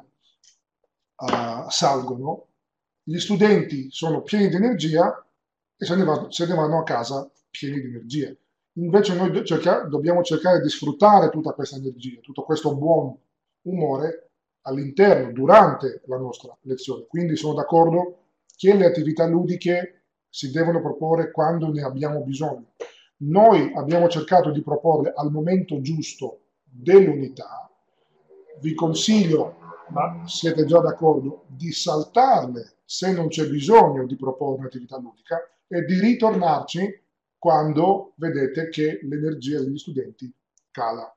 uh, salgono, gli studenti sono pieni di energia e se ne, va- se ne vanno a casa pieni di energia. Invece noi do- cerca- dobbiamo cercare di sfruttare tutta questa energia, tutto questo buon umore all'interno, durante la nostra lezione. Quindi sono d'accordo che le attività ludiche si devono proporre quando ne abbiamo bisogno. Noi abbiamo cercato di proporle al momento giusto dell'unità. Vi consiglio, ma siete già d'accordo, di saltarle se non c'è bisogno di proporre un'attività ludica e di ritornarci quando vedete che l'energia degli studenti cala.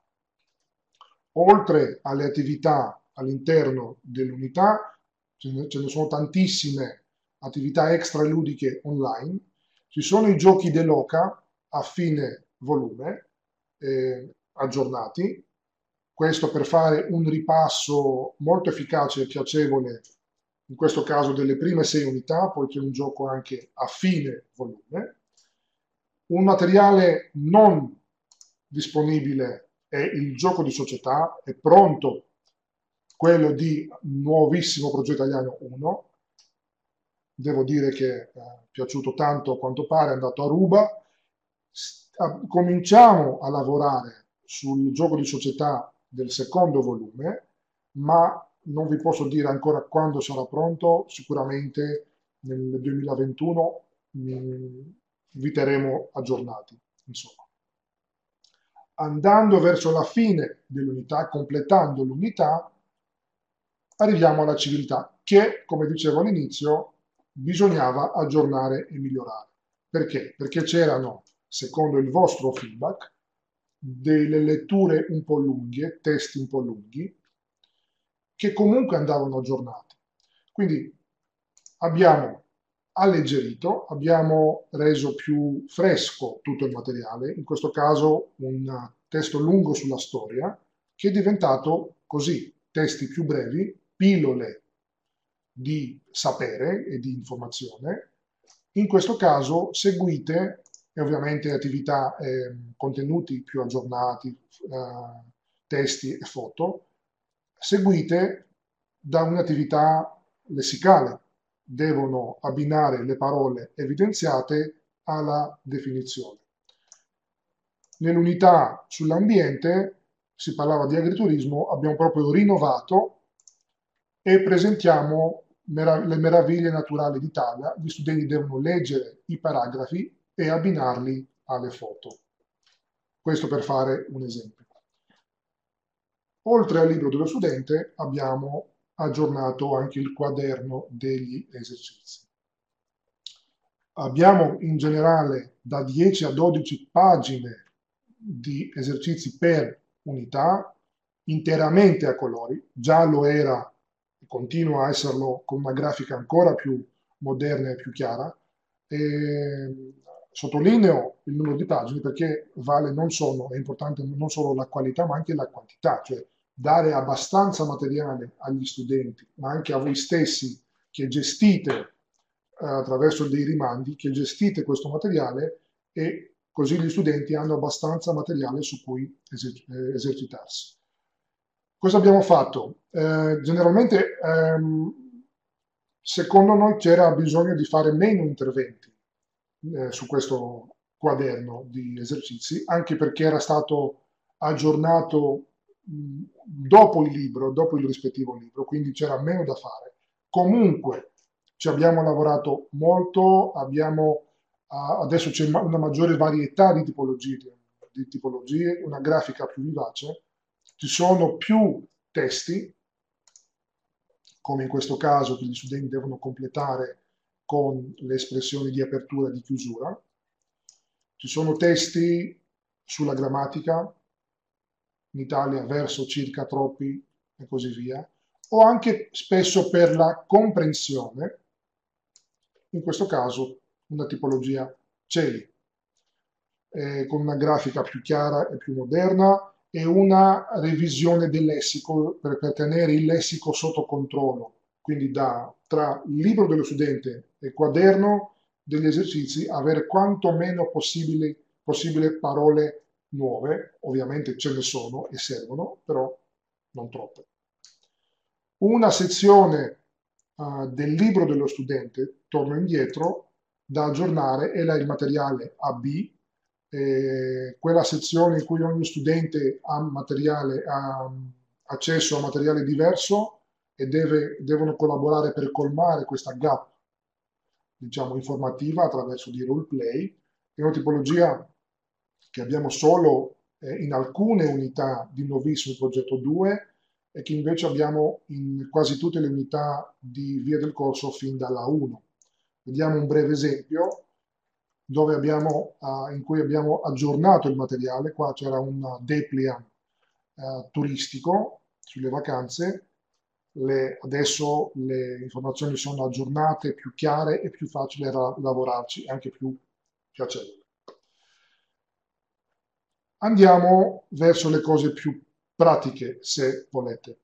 Oltre alle attività all'interno dell'unità, ce ne, ce ne sono tantissime attività extraludiche online. Ci sono i giochi dell'Oca a fine volume, eh, aggiornati. Questo per fare un ripasso molto efficace e piacevole, in questo caso delle prime sei unità, poi c'è un gioco anche a fine volume. Un materiale non disponibile è il gioco di società, è pronto quello di Nuovissimo Progetto Italiano uno. Devo dire che è piaciuto tanto a quanto pare, è andato a ruba. Cominciamo a lavorare sul gioco di società del secondo volume, ma non vi posso dire ancora quando sarà pronto, sicuramente nel duemilaventuno mh, vi terremo aggiornati. Insomma. Andando verso la fine dell'unità, completando l'unità, arriviamo alla civiltà, che, come dicevo all'inizio, bisognava aggiornare e migliorare. Perché? Perché c'erano, secondo il vostro feedback, delle letture un po' lunghe, testi un po' lunghi, che comunque andavano aggiornati. Quindi abbiamo alleggerito, abbiamo reso più fresco tutto il materiale, in questo caso un testo lungo sulla storia, che è diventato così, testi più brevi, pillole di sapere e di informazione, in questo caso seguite e ovviamente attività, eh, contenuti più aggiornati, eh, testi e foto, seguite da un'attività lessicale. Devono abbinare le parole evidenziate alla definizione. Nell'unità sull'ambiente si parlava di agriturismo, abbiamo proprio rinnovato e presentiamo le meraviglie naturali d'Italia. Gli studenti devono leggere i paragrafi e abbinarli alle foto. Questo per fare un esempio. Oltre al libro dello studente abbiamo aggiornato anche il quaderno degli esercizi. Abbiamo in generale da dieci a dodici pagine di esercizi per unità, interamente a colori, già lo era e continua a esserlo con una grafica ancora più moderna e più chiara. E sottolineo il numero di pagine perché vale non solo, è importante non solo la qualità ma anche la quantità, cioè dare abbastanza materiale agli studenti, ma anche a voi stessi che gestite eh, attraverso dei rimandi, che gestite questo materiale e così gli studenti hanno abbastanza materiale su cui eser- eh, esercitarsi. Cosa abbiamo fatto? Eh, generalmente, ehm, secondo noi c'era bisogno di fare meno interventi eh, su questo quaderno di esercizi, anche perché era stato aggiornato mh, dopo il libro, dopo il rispettivo libro, quindi c'era meno da fare. Comunque ci abbiamo lavorato molto, abbiamo, uh, adesso c'è una maggiore varietà di tipologie, di tipologie, una grafica più vivace, ci sono più testi, come in questo caso che gli studenti devono completare con le espressioni di apertura e di chiusura. Ci sono testi sulla grammatica, in Italia verso, circa, troppi e così via, o anche spesso per la comprensione, in questo caso una tipologia cieli, eh, con una grafica più chiara e più moderna e una revisione del lessico per, per tenere il lessico sotto controllo. Quindi da, tra il libro dello studente e il quaderno degli esercizi avere quanto meno possibile, possibile parole nuove, ovviamente ce ne sono e servono, però non troppe. Una sezione uh, del libro dello studente, torno indietro, da aggiornare è la, il materiale A B, eh, quella sezione in cui ogni studente ha, materiale, ha accesso a materiale diverso e deve, devono collaborare per colmare questa gap, diciamo, informativa attraverso di role play. È una tipologia che abbiamo solo eh, in alcune unità di nuovissimo progetto due e che invece abbiamo in quasi tutte le unità di via del corso fin dalla uno. Vediamo un breve esempio dove abbiamo, uh, in cui abbiamo aggiornato il materiale. Qua c'era un Depliant uh, turistico sulle vacanze. Le, adesso le informazioni sono aggiornate, più chiare e più facile da lavorarci, anche più piacevole. Andiamo verso le cose più pratiche, se volete.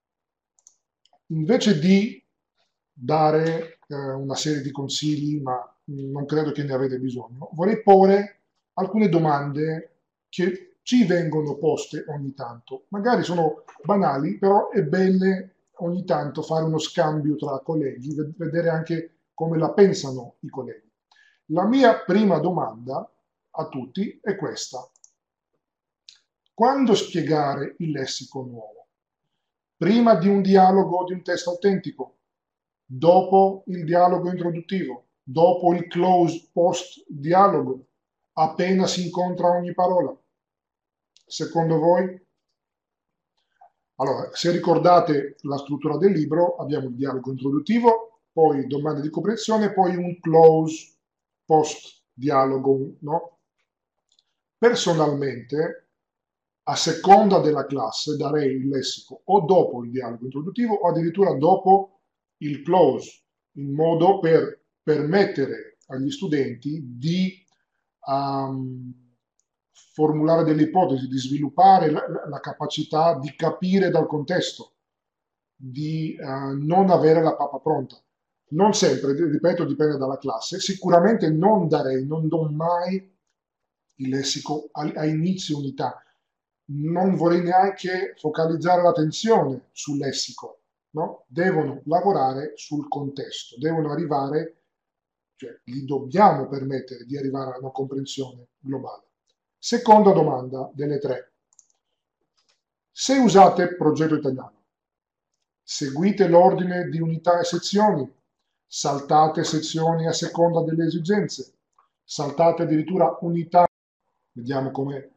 Invece di dare eh, una serie di consigli, ma non credo che ne avete bisogno, vorrei porre alcune domande che ci vengono poste ogni tanto. Magari sono banali, però è bene ogni tanto fare uno scambio tra colleghi, vedere anche come la pensano i colleghi. La mia prima domanda a tutti è questa. Quando spiegare il lessico nuovo? Prima di un dialogo o di un testo autentico? Dopo il dialogo introduttivo? Dopo il close post dialogo? Appena si incontra ogni parola? Secondo voi? Allora, se ricordate la struttura del libro, abbiamo il dialogo introduttivo, poi domande di comprensione, poi un close post dialogo, no? Personalmente, a seconda della classe, darei il lessico o dopo il dialogo introduttivo o addirittura dopo il close, in modo per permettere agli studenti di um, formulare delle ipotesi, di sviluppare la, la capacità di capire dal contesto, di uh, non avere la pappa pronta. Non sempre, ripeto, dipende dalla classe. Sicuramente non darei, non do mai il lessico a, a inizio unità. Non vorrei neanche focalizzare l'attenzione sul lessico, no? Devono lavorare sul contesto, devono arrivare, cioè gli dobbiamo permettere di arrivare a una comprensione globale. Seconda domanda delle tre. Se usate progetto italiano, seguite l'ordine di unità e sezioni, saltate sezioni a seconda delle esigenze, saltate addirittura unità, vediamo come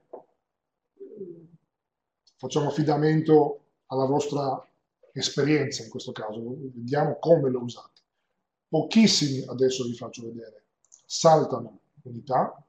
facciamo affidamento alla vostra esperienza in questo caso, vediamo come lo usate. Pochissimi, adesso vi faccio vedere, saltano unità.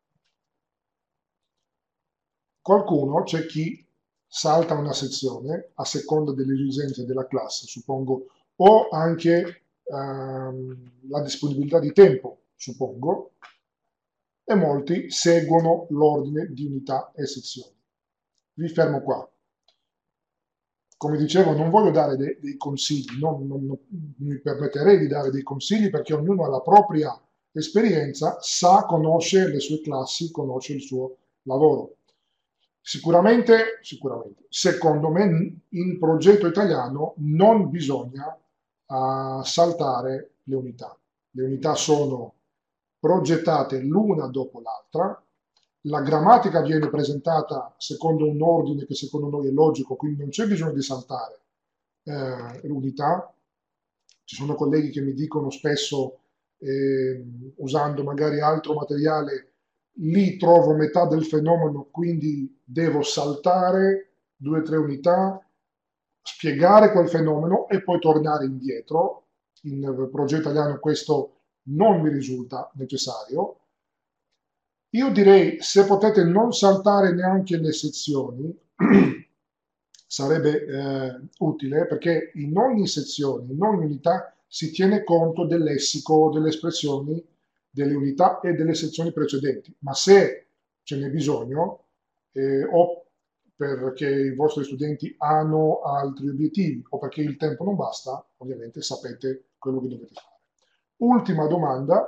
Qualcuno, c'è chi salta una sezione a seconda delle esigenze della classe, suppongo, o anche ehm, la disponibilità di tempo, suppongo, e molti seguono l'ordine di unità e sezioni. Vi fermo qua. Come dicevo, non voglio dare dei, dei consigli, non, non, non mi permetterei di dare dei consigli perché ognuno ha la propria esperienza, sa, conosce le sue classi, conosce il suo lavoro. Sicuramente, sicuramente, secondo me, in progetto italiano non bisogna uh, saltare le unità. Le unità sono progettate l'una dopo l'altra, la grammatica viene presentata secondo un ordine che secondo noi è logico, quindi non c'è bisogno di saltare eh, l'unità. Ci sono colleghi che mi dicono spesso, eh, usando magari altro materiale, lì trovo metà del fenomeno, quindi devo saltare due o tre unità, spiegare quel fenomeno e poi tornare indietro. In progetto italiano questo non mi risulta necessario. Io direi, se potete non saltare neanche le sezioni, sarebbe eh, utile, perché in ogni sezione, in ogni unità, si tiene conto del lessico, delle espressioni delle unità e delle sezioni precedenti, ma se ce n'è bisogno, eh, o perché i vostri studenti hanno altri obiettivi o perché il tempo non basta, ovviamente sapete quello che dovete fare. Ultima domanda: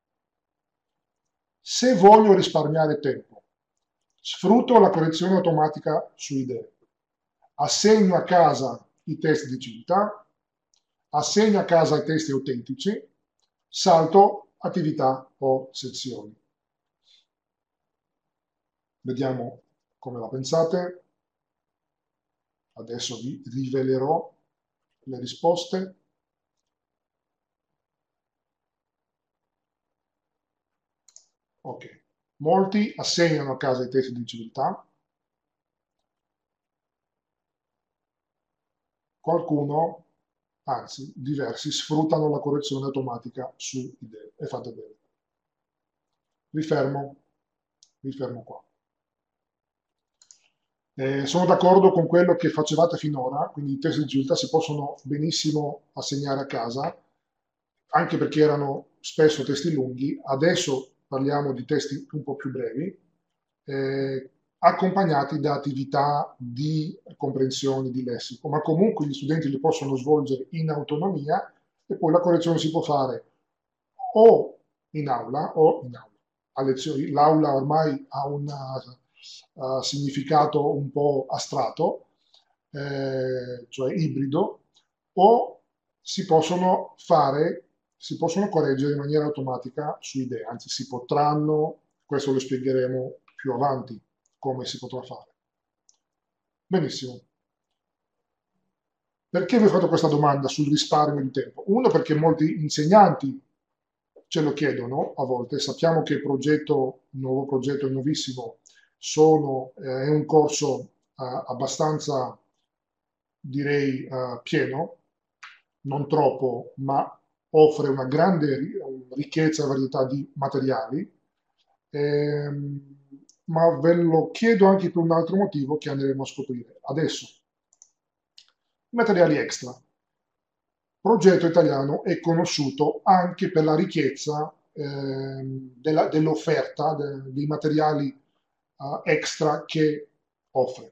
se voglio risparmiare tempo, sfrutto la correzione automatica su idee, assegno a casa i test di civiltà, assegno a casa i test autentici, salto attività o sezioni. Vediamo come la pensate. Adesso vi rivelerò le risposte. Ok, molti assegnano a casa i test di civiltà, qualcuno, anzi diversi, sfruttano la correzione automatica su idee e fate bene. Vi fermo, vi fermo qua. Eh, sono d'accordo con quello che facevate finora, quindi i test di civiltà si possono benissimo assegnare a casa, anche perché erano spesso testi lunghi. Adesso parliamo di testi un po' più brevi, eh, accompagnati da attività di comprensione di lessico, ma comunque gli studenti li possono svolgere in autonomia e poi la correzione si può fare o in aula o in aula. A lezioni, l'aula ormai ha un uh, significato un po' astratto, eh, cioè ibrido, o si possono fare, si possono correggere in maniera automatica su idee, anzi si potranno, questo lo spiegheremo più avanti, come si potrà fare. Benissimo. Perché vi ho fatto questa domanda sul risparmio di tempo? Uno, perché molti insegnanti ce lo chiedono a volte. Sappiamo che il progetto, il nuovo progetto è nuovissimo, sono, eh, è un corso eh, abbastanza, direi, eh, pieno, non troppo, ma offre una grande ricchezza e varietà di materiali, ehm, ma ve lo chiedo anche per un altro motivo che andremo a scoprire adesso. Materiali extra. Il progetto italiano è conosciuto anche per la ricchezza ehm, della- dell'offerta de- dei materiali eh, extra che offre.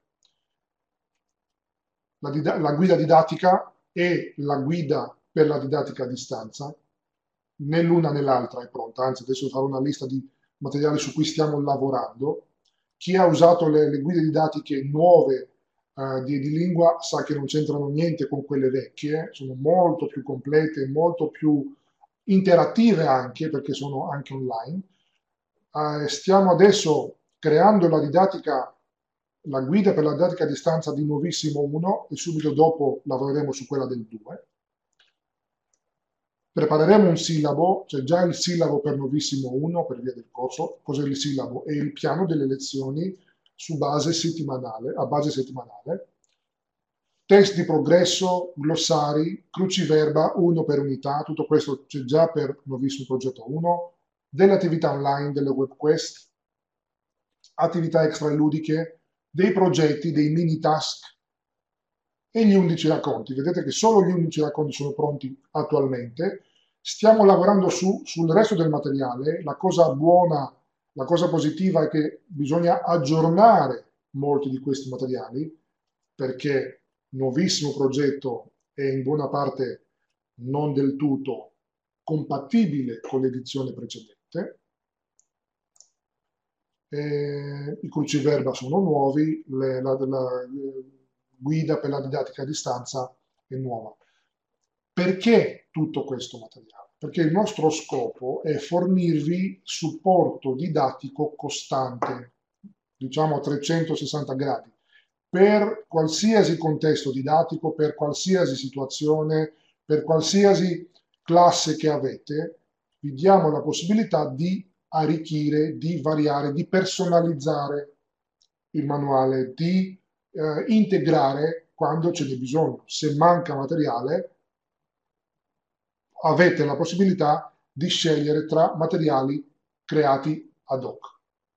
La, dida- la guida didattica e la guida per la didattica a distanza, né l'una né l'altra è pronta, anzi adesso farò una lista di materiali su cui stiamo lavorando. Chi ha usato le, le guide didattiche nuove eh, di Edilingua sa che non c'entrano niente con quelle vecchie, sono molto più complete, molto più interattive anche perché sono anche online. Eh, stiamo adesso creando la didattica, la guida per la didattica a distanza di Nuovissimo uno e subito dopo lavoreremo su quella del due. Prepareremo un sillabo, c'è già il sillabo per Nuovissimo uno per via del corso. Cos'è il sillabo? È il piano delle lezioni su base settimanale, a base settimanale. Test di progresso, glossari, cruciverba, uno per unità, tutto questo c'è già per Nuovissimo progetto uno, delle attività online, delle web quest, attività extraludiche, dei progetti, dei mini task e gli undici racconti. Vedete che solo gli undici racconti sono pronti attualmente. Stiamo lavorando su, sul resto del materiale. La cosa buona, la cosa positiva è che bisogna aggiornare molti di questi materiali perché il nuovissimo progetto è in buona parte non del tutto compatibile con l'edizione precedente. Eh, I cruciverba sono nuovi, le, la, la, guida per la didattica a distanza è nuova. Perché tutto questo materiale? Perché il nostro scopo è fornirvi supporto didattico costante, diciamo a trecentosessanta gradi, per qualsiasi contesto didattico, per qualsiasi situazione, per qualsiasi classe che avete, vi diamo la possibilità di arricchire, di variare, di personalizzare il manuale, di eh, integrare quando ce n'è bisogno. Se manca materiale, avete la possibilità di scegliere tra materiali creati ad hoc.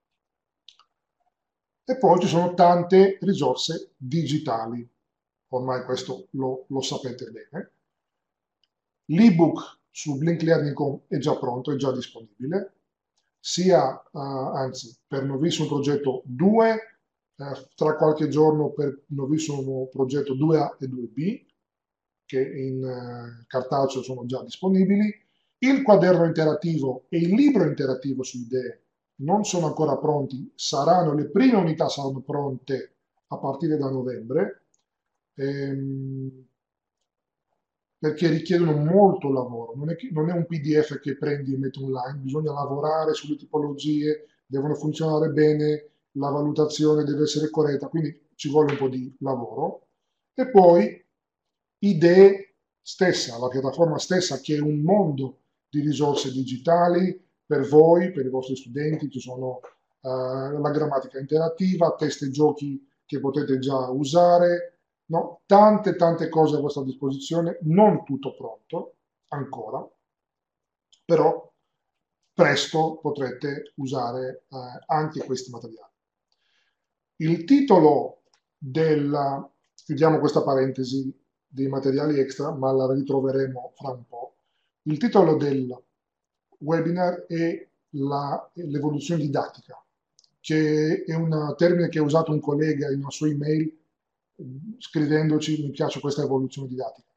E poi ci sono tante risorse digitali, ormai questo lo, lo sapete bene. L'ebook su Blink Learning punto com è già pronto, è già disponibile, sia, eh, anzi, per Novissimo Progetto due, eh, tra qualche giorno per Novissimo Progetto due A e due B, che in eh, cartaceo sono già disponibili. Il quaderno interattivo e il libro interattivo su idee non sono ancora pronti, saranno, le prime unità saranno pronte a partire da novembre, ehm, perché richiedono molto lavoro, non è, che- non è un P D F che prendi e metti online, bisogna lavorare sulle tipologie, devono funzionare bene, la valutazione deve essere corretta, quindi ci vuole un po' di lavoro. E poi idee stessa, la piattaforma stessa che è un mondo di risorse digitali per voi, per i vostri studenti, ci sono eh, la grammatica interattiva, test e giochi che potete già usare, no? Tante tante cose a vostra disposizione, non tutto pronto ancora, però presto potrete usare eh, anche questi materiali. Il titolo del, chiudiamo questa parentesi dei materiali extra, ma la ritroveremo fra un po'. Il titolo del webinar è la- l'evoluzione didattica, che è un termine che ha usato un collega in una sua email eh, scrivendoci mi piace questa evoluzione didattica.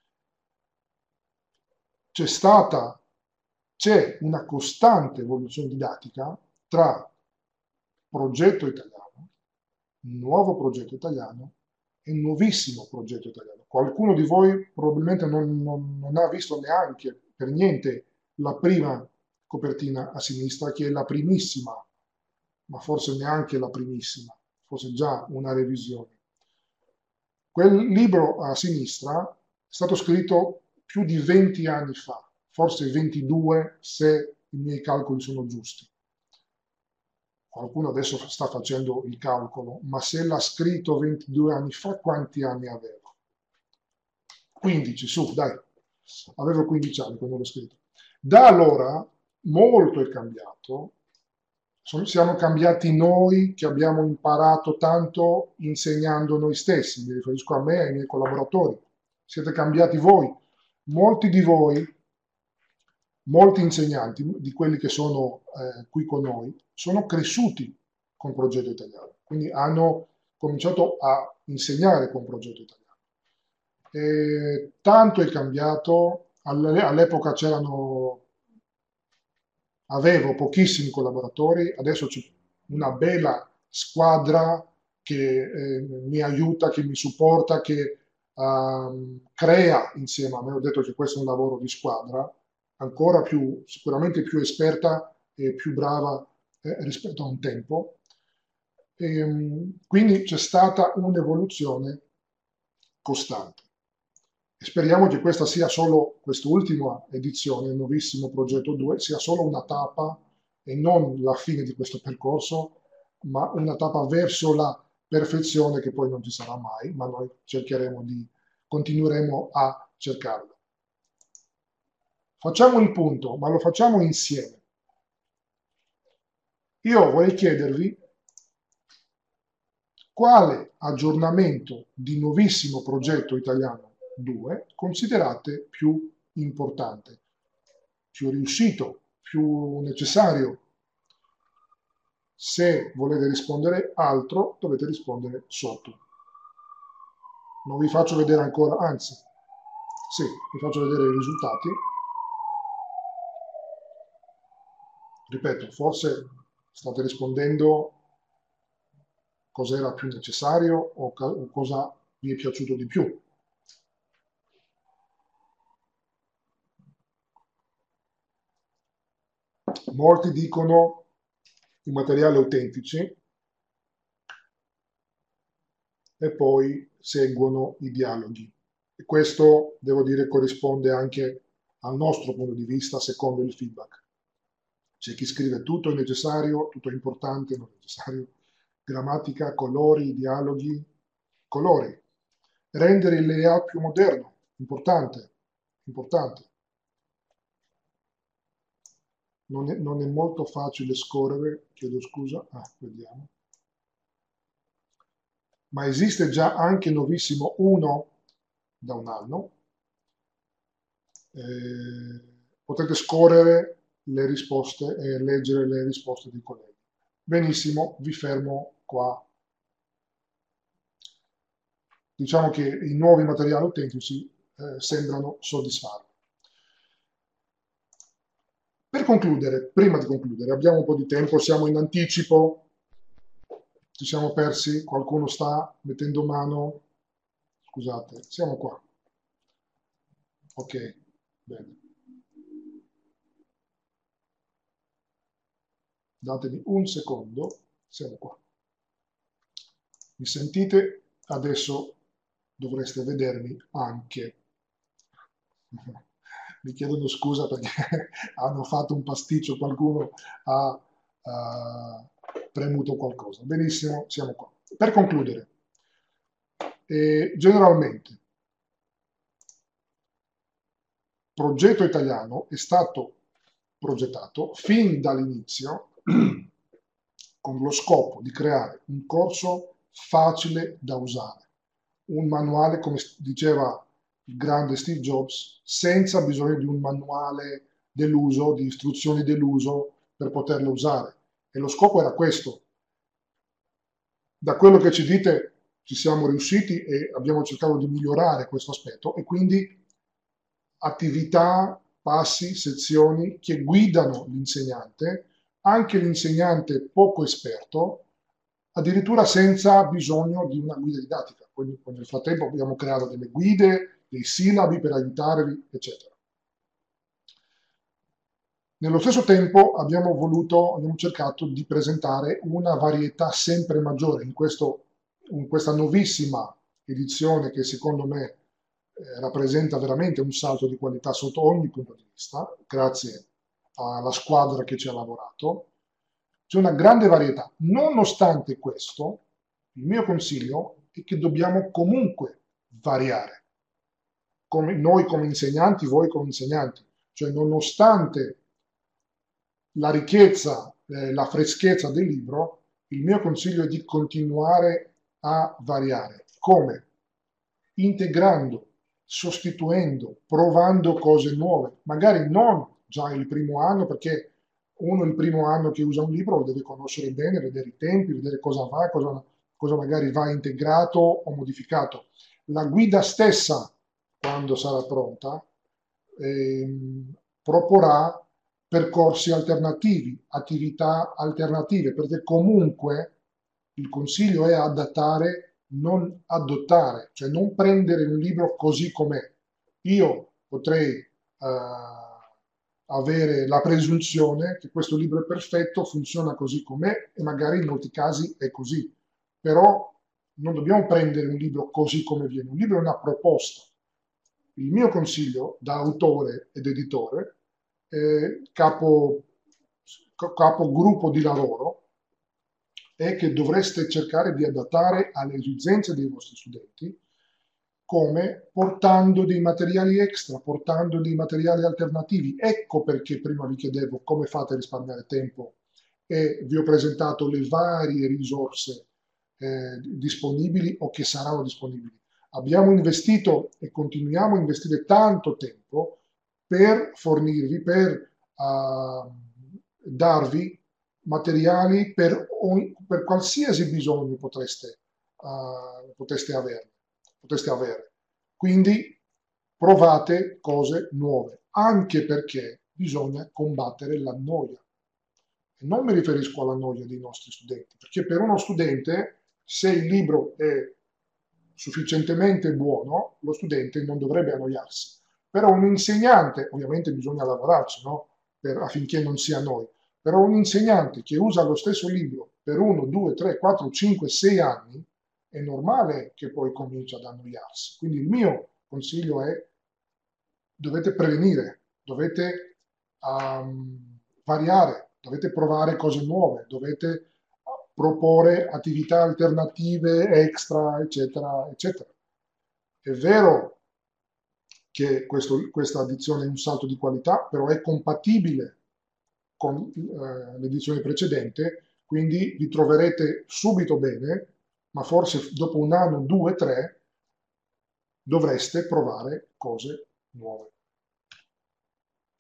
C'è stata, c'è una costante evoluzione didattica tra progetto italiano, nuovo progetto italiano e nuovissimo progetto italiano. Qualcuno di voi probabilmente non, non- non ha visto neanche per niente la prima copertina a sinistra, che è la primissima, ma forse neanche la primissima, forse già una revisione. Quel libro a sinistra è stato scritto più di venti anni fa, forse ventidue se i miei calcoli sono giusti. Qualcuno adesso sta facendo il calcolo, ma se l'ha scritto ventidue anni fa, quanti anni avevo? quindici, su, dai, avevo quindici anni quando l'ho scritto. Da allora molto è cambiato, siamo cambiati noi che abbiamo imparato tanto insegnando noi stessi, mi riferisco a me e ai miei collaboratori. Siete cambiati voi, molti di voi, molti insegnanti di quelli che sono eh, qui con noi, sono cresciuti con Progetto Italiano, quindi hanno cominciato a insegnare con Progetto Italiano. E tanto è cambiato, all'epoca c'erano, avevo pochissimi collaboratori, adesso c'è una bella squadra che eh, mi aiuta, che mi supporta, che ehm, crea insieme a me. Ho detto che questo è un lavoro di squadra, ancora più, sicuramente più esperta e più brava eh, rispetto a un tempo. E, quindi c'è stata un'evoluzione costante. E speriamo che questa sia solo, quest'ultima edizione, il nuovissimo progetto due, sia solo una tappa e non la fine di questo percorso, ma una tappa verso la perfezione che poi non ci sarà mai, ma noi cercheremo di, continueremo a cercarla. Facciamo il punto, ma lo facciamo insieme. Io vorrei chiedervi quale aggiornamento di nuovissimo progetto italiano due considerate più importante, più riuscito, più necessario. Se volete rispondere altro, dovete rispondere sotto. Non vi faccio vedere ancora, anzi, sì, vi faccio vedere i risultati. Ripeto, forse state rispondendo cosa era più necessario o, o cosa vi è piaciuto di più. Molti dicono i materiali autentici e poi seguono i dialoghi. E questo, devo dire, corrisponde anche al nostro punto di vista secondo il feedback. C'è chi scrive tutto è necessario, tutto è importante, non è necessario. Grammatica, colori, dialoghi, colori. Rendere il layout più moderno, importante, importante. Non è, non è molto facile scorrere, chiedo scusa, ah, vediamo. Ma esiste già anche Novissimo uno da un anno. Eh, potete scorrere le risposte e leggere le risposte dei colleghi. Benissimo, vi fermo qua. Diciamo che i nuovi materiali autentici eh, sembrano soddisfarvi. Per concludere, prima di concludere, abbiamo un po' di tempo, siamo in anticipo, ci siamo persi, qualcuno sta mettendo mano, scusate, siamo qua. Ok, bene. Datemi un secondo, siamo qua. Mi sentite? Adesso dovreste vedermi anche. Mi chiedono scusa perché hanno fatto un pasticcio, qualcuno ha uh, premuto qualcosa. Benissimo, siamo qua. Per concludere, eh, generalmente, Progetto Italiano è stato progettato fin dall'inizio con lo scopo di creare un corso facile da usare, un manuale, come diceva il grande Steve Jobs, senza bisogno di un manuale dell'uso, di istruzioni dell'uso per poterlo usare. E lo scopo era questo. Da quello che ci dite ci siamo riusciti e abbiamo cercato di migliorare questo aspetto, e quindi attività, passi, sezioni che guidano l'insegnante, anche l'insegnante poco esperto, addirittura senza bisogno di una guida didattica. Quindi nel frattempo abbiamo creato delle guide, dei sillabi per aiutarvi, eccetera. Nello stesso tempo abbiamo voluto, abbiamo cercato di presentare una varietà sempre maggiore in, questo, in questa nuovissima edizione che secondo me eh, rappresenta veramente un salto di qualità sotto ogni punto di vista, grazie alla squadra che ci ha lavorato. C'è una grande varietà. Nonostante questo, il mio consiglio è che dobbiamo comunque variare, come noi come insegnanti, voi come insegnanti, cioè nonostante la ricchezza, eh, la freschezza del libro, il mio consiglio è di continuare a variare. Come? Integrando, sostituendo, provando cose nuove, magari non già il primo anno, perché uno il primo anno che usa un libro lo deve conoscere bene, vedere i tempi, vedere cosa va, cosa, cosa magari va integrato o modificato. La guida stessa, quando sarà pronta, ehm, proporrà percorsi alternativi, attività alternative, perché comunque il consiglio è adattare, non adottare, cioè non prendere un libro così com'è. Io potrei uh, avere la presunzione che questo libro è perfetto, funziona così com'è e magari in molti casi è così, però non dobbiamo prendere un libro così come viene, un libro è una proposta. Il mio consiglio da autore ed editore, eh, capo, capo gruppo di lavoro, è che dovreste cercare di adattare alle esigenze dei vostri studenti, come portando dei materiali extra, portando dei materiali alternativi. Ecco perché prima vi chiedevo come fate a risparmiare tempo e vi ho presentato le varie risorse eh, disponibili o che saranno disponibili. Abbiamo investito e continuiamo a investire tanto tempo per fornirvi, per uh, darvi materiali per, per qualsiasi bisogno potreste, uh, potreste, avere, potreste avere. Quindi provate cose nuove, anche perché bisogna combattere la noia. E non mi riferisco alla noia dei nostri studenti, perché per uno studente, se il libro è sufficientemente buono, lo studente non dovrebbe annoiarsi. Però un insegnante, ovviamente bisogna lavorarci, no? Per, affinché non sia noi, però un insegnante che usa lo stesso libro per uno, due, tre, quattro, cinque, sei anni, è normale che poi comincia ad annoiarsi. Quindi il mio consiglio è: dovete prevenire, dovete um, variare, dovete provare cose nuove, dovete proporre attività alternative, extra, eccetera, eccetera. È vero che questo, questa edizione è un salto di qualità, però è compatibile con eh, l'edizione precedente, quindi vi troverete subito bene, ma forse dopo un anno, due, tre, dovreste provare cose nuove.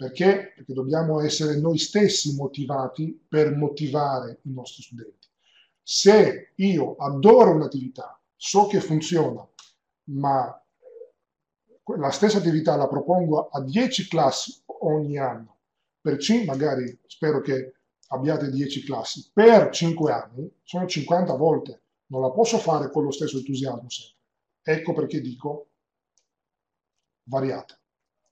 Perché? Perché dobbiamo essere noi stessi motivati per motivare i nostri studenti. Se io adoro un'attività, so che funziona, ma la stessa attività la propongo a dieci classi ogni anno, per C, magari spero che abbiate dieci classi, per cinque anni sono cinquanta volte, non la posso fare con lo stesso entusiasmo sempre. Ecco perché dico variate.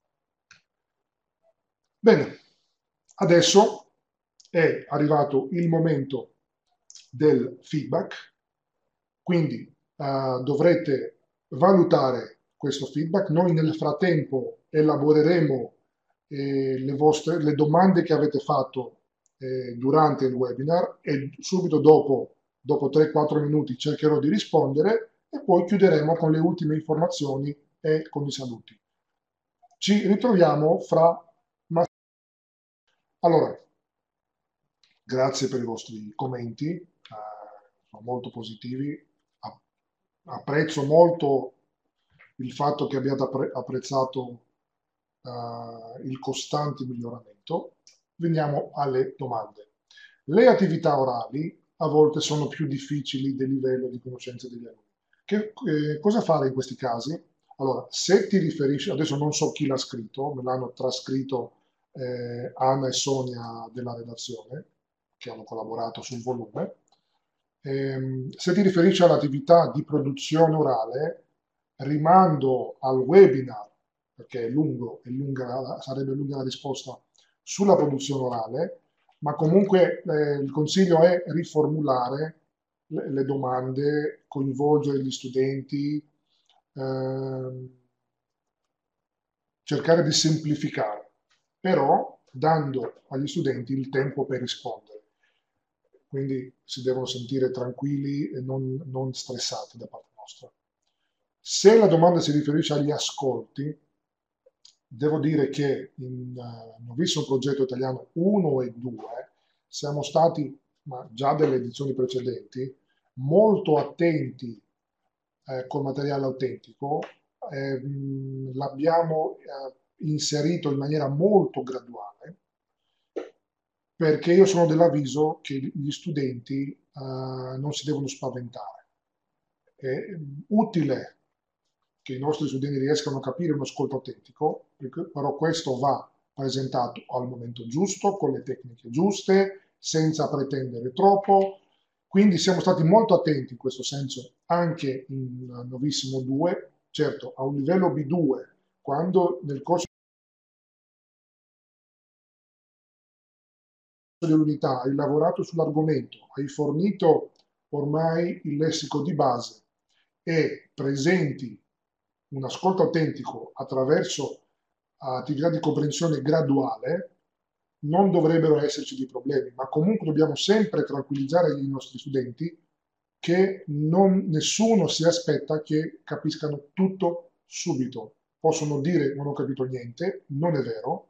Bene, adesso è arrivato il momento del feedback, quindi eh, dovrete valutare questo feedback. Noi nel frattempo elaboreremo eh, le vostre, le domande che avete fatto eh, durante il webinar e subito dopo, dopo tre quattro minuti cercherò di rispondere e poi chiuderemo con le ultime informazioni e con i saluti. Ci ritroviamo fra... Allora, grazie per i vostri commenti, eh, sono molto positivi. A- Apprezzo molto il fatto che abbiate appre- apprezzato eh, il costante miglioramento. Veniamo alle domande. Le attività orali a volte sono più difficili del livello di conoscenza degli alunni. Che, eh, cosa fare in questi casi? Allora, se ti riferisci, adesso non so chi l'ha scritto, me l'hanno trascritto eh, Anna e Sonia della redazione, che hanno collaborato sul volume. Ehm, se ti riferisci all'attività di produzione orale, rimando al webinar, perché è lungo, è lunga, sarebbe lunga la risposta sulla produzione orale, ma comunque eh, il consiglio è riformulare le, le domande, coinvolgere gli studenti, ehm, cercare di semplificare, però dando agli studenti il tempo per rispondere. Quindi si devono sentire tranquilli e non, non stressati da parte nostra. Se la domanda si riferisce agli ascolti, devo dire che in uh, Novissimo Progetto Italiano uno e due siamo stati, ma già delle edizioni precedenti, molto attenti eh, col materiale autentico. Eh, mh, l'abbiamo eh, inserito in maniera molto graduale perché io sono dell'avviso che gli studenti eh, non si devono spaventare. È utile che i nostri studenti riescano a capire uno ascolto autentico, però questo va presentato al momento giusto, con le tecniche giuste, senza pretendere troppo. Quindi siamo stati molto attenti in questo senso anche in Novissimo due, certo a un livello B due, quando nel corso dell'unità hai lavorato sull'argomento, hai fornito ormai il lessico di base e presenti un ascolto autentico attraverso attività di comprensione graduale, non dovrebbero esserci dei problemi, ma comunque dobbiamo sempre tranquillizzare i nostri studenti che non, nessuno si aspetta che capiscano tutto subito. Possono dire non ho capito niente, non è vero,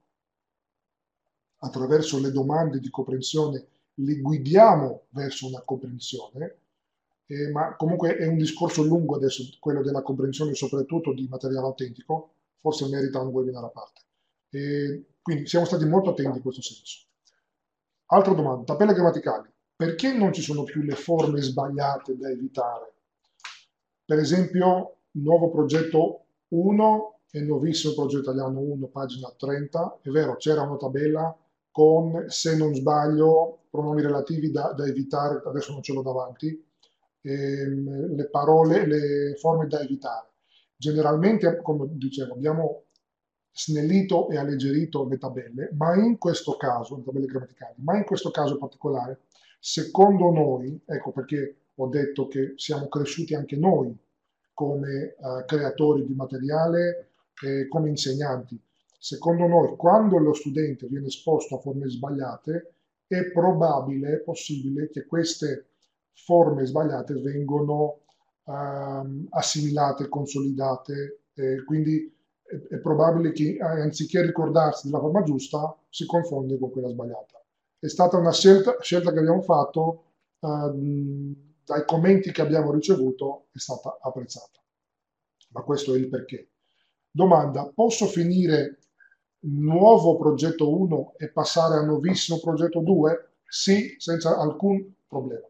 attraverso le domande di comprensione li guidiamo verso una comprensione, eh, ma comunque è un discorso lungo adesso, quello della comprensione soprattutto di materiale autentico, forse merita un webinar a parte. E quindi siamo stati molto attenti in questo senso. Altra domanda, tabelle grammaticali. Perché non ci sono più le forme sbagliate da evitare? Per esempio, nuovo progetto uno e nuovissimo progetto italiano uno, pagina trenta. È vero, c'era una tabella con, se non sbaglio, pronomi relativi da, da evitare, adesso non ce l'ho davanti, ehm, le parole, le forme da evitare. Generalmente, come dicevo, abbiamo snellito e alleggerito le tabelle, ma in questo caso, le tabelle grammaticali, ma in questo caso particolare, secondo noi, ecco perché ho detto che siamo cresciuti anche noi come eh, creatori di materiale, eh, come insegnanti. Secondo noi, quando lo studente viene esposto a forme sbagliate, è probabile, è possibile che queste forme sbagliate vengono ehm, assimilate, consolidate, eh, quindi è, è probabile che eh, anziché ricordarsi della forma giusta, si confonde con quella sbagliata. È stata una scelta, scelta che abbiamo fatto, ehm, dai commenti che abbiamo ricevuto è stata apprezzata. Ma questo è il perché. Domanda, posso finire nuovo progetto uno e passare a nuovissimo progetto due? Sì, senza alcun problema.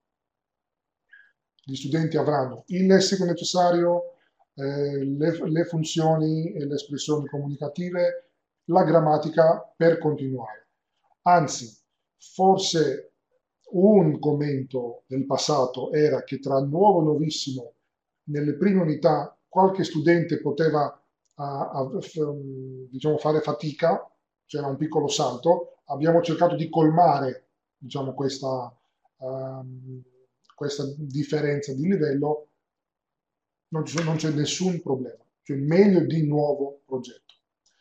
Gli studenti avranno il lessico necessario, eh, le, le funzioni e le espressioni comunicative, la grammatica per continuare. Anzi, forse un commento del passato era che tra nuovo e nuovissimo, nelle prime unità, qualche studente poteva a, a, diciamo, fare fatica, c'era un piccolo salto. Abbiamo cercato di colmare, diciamo, questa, um, questa differenza di livello. Non c'è, non c'è nessun problema, cioè meglio di nuovo progetto.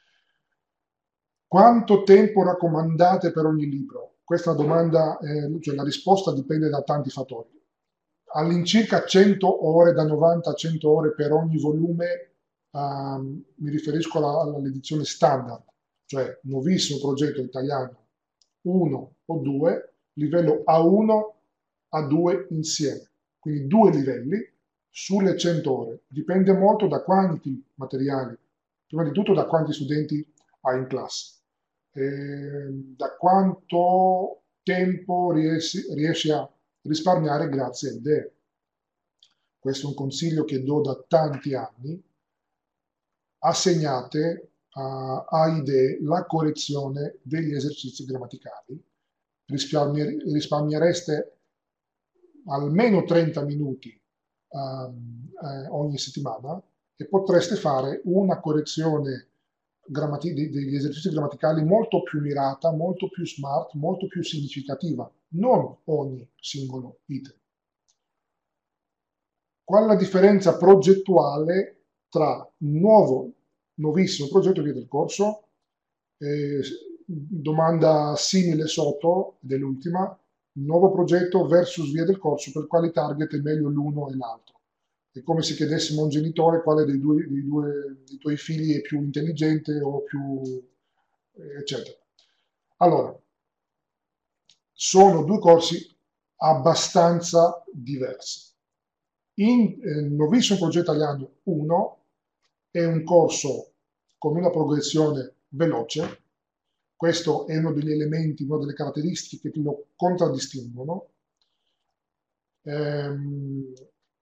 Quanto tempo raccomandate per ogni libro? Questa domanda, eh, cioè la risposta dipende da tanti fattori. All'incirca cento ore, da novanta a cento ore per ogni volume, ehm, mi riferisco alla- all'edizione standard, cioè nuovissimo progetto italiano uno o due, livello A uno, A due insieme. Quindi due livelli sulle cento ore. Dipende molto da quanti materiali, prima di tutto da quanti studenti hai in classe, eh, da quanto tempo riesci, riesci a risparmiare grazie a idee. Questo è un consiglio che do da tanti anni. Assegnate a, a idee la correzione degli esercizi grammaticali. Risparmi- risparmiereste almeno trenta minuti ehm, eh, ogni settimana e potreste fare una correzione grammati- de- degli esercizi grammaticali molto più mirata, molto più smart, molto più significativa, non ogni singolo item. Qual è la differenza progettuale tra nuovo, nuovissimo progetto e via del corso? Eh, domanda simile sotto, dell'ultima, nuovo progetto versus via del corso, per quali target è meglio l'uno e l'altro? È come se chiedessimo a un genitore quale dei, due, dei, due, dei tuoi figli è più intelligente o più, eh, eccetera. Allora, sono due corsi abbastanza diversi. In eh, Novissimo Progetto Italiano uno è un corso con una progressione veloce. Questo è uno degli elementi, una delle caratteristiche che lo contraddistinguono. Ehm,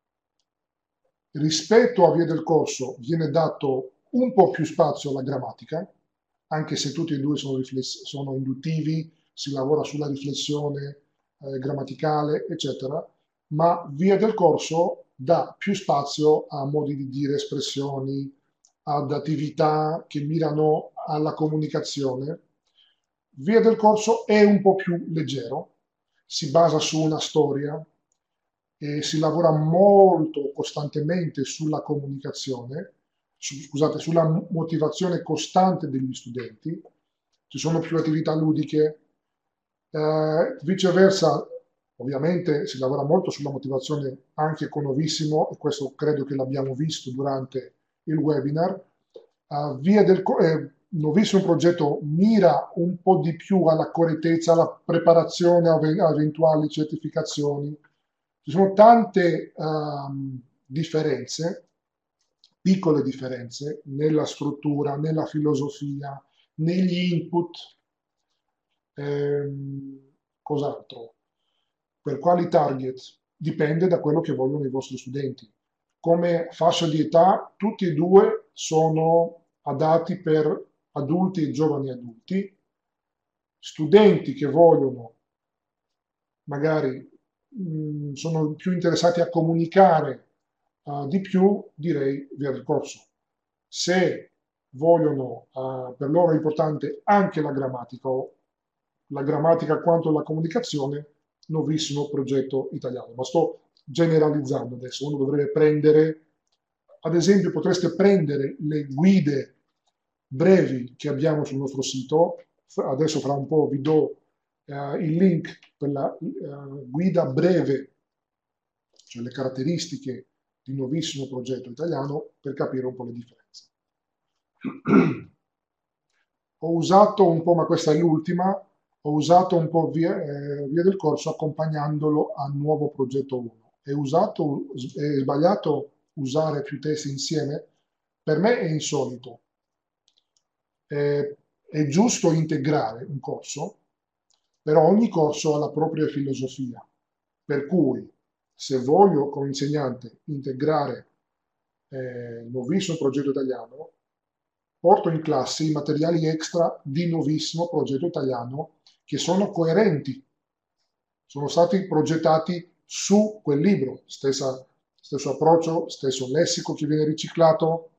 rispetto a via del corso viene dato un po' più spazio alla grammatica, anche se tutti e due sono, rifless- sono induttivi, si lavora sulla riflessione eh, grammaticale, eccetera, ma via del corso dà più spazio a modi di dire, espressioni, ad attività che mirano alla comunicazione. Via del corso è un po' più leggero, si basa su una storia e si lavora molto costantemente sulla comunicazione, su- scusate, sulla motivazione costante degli studenti, ci sono più attività ludiche, eh, viceversa, ovviamente si lavora molto sulla motivazione anche con Novissimo, e questo credo che l'abbiamo visto durante il webinar. Uh, via del co- eh, Novissimo progetto mira un po' di più alla correttezza, alla preparazione a, ove- a eventuali certificazioni. Ci sono tante um, differenze, piccole differenze, nella struttura, nella filosofia, negli input. Ehm, cos'altro? Per quali target? Dipende da quello che vogliono i vostri studenti. Come fascia di età, tutti e due sono adatti per adulti e giovani adulti. Studenti che vogliono, magari mh, sono più interessati a comunicare uh, di più, direi via del corso. Se vogliono, uh, per loro è importante anche la grammatica, o la grammatica quanto la comunicazione, nuovissimo progetto italiano. Ma sto generalizzando adesso, uno dovrebbe prendere, ad esempio potreste prendere le guide brevi che abbiamo sul nostro sito, adesso fra un po' vi do eh, il link per la eh, guida breve, cioè le caratteristiche di nuovissimo progetto italiano, per capire un po' le differenze. Ho usato un po', ma questa è l'ultima, ho usato un po' via, eh, via del corso accompagnandolo al nuovo progetto uno. È, usato, è sbagliato usare più testi insieme? Per me è insolito. eh, è giusto integrare un corso, però ogni corso ha la propria filosofia, per cui se voglio come insegnante integrare eh, nuovissimo progetto italiano, porto in classe i materiali extra di nuovissimo progetto italiano che sono coerenti, sono stati progettati su quel libro, stessa, stesso approccio, stesso lessico che viene riciclato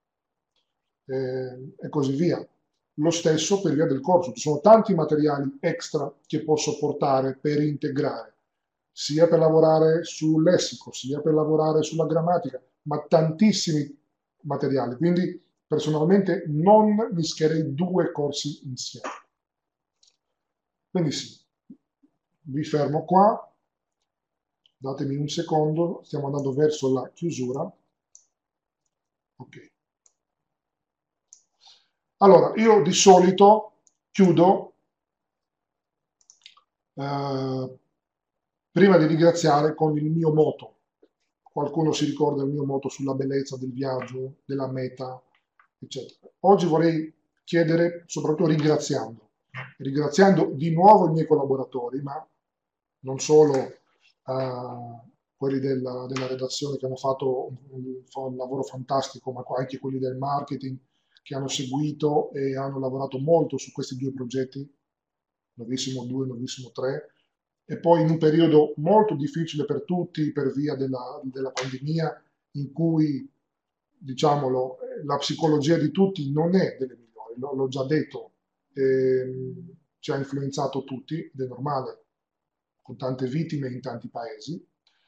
eh, e così via. Lo stesso per via del corso, ci sono tanti materiali extra che posso portare per integrare, sia per lavorare sul lessico, sia per lavorare sulla grammatica, ma tantissimi materiali, quindi personalmente non mischierei due corsi insieme. Quindi sì, vi fermo qua, datemi un secondo, stiamo andando verso la chiusura. Ok. Allora, io di solito chiudo, eh, prima di ringraziare, con il mio motto. Qualcuno si ricorda il mio motto sulla bellezza del viaggio, della meta, eccetera. Oggi vorrei chiedere, soprattutto ringraziando, ringraziando di nuovo i miei collaboratori, ma non solo eh, quelli della, della redazione che hanno fatto un, un, un lavoro fantastico, ma anche quelli del marketing che hanno seguito e hanno lavorato molto su questi due progetti, Nuovissimo due, Nuovissimo tre, e poi in un periodo molto difficile per tutti per via della, della pandemia, in cui, diciamolo, la psicologia di tutti non è delle migliori, l'ho, l'ho già detto, ehm, ci ha influenzato tutti, ed è normale, con tante vittime in tanti paesi.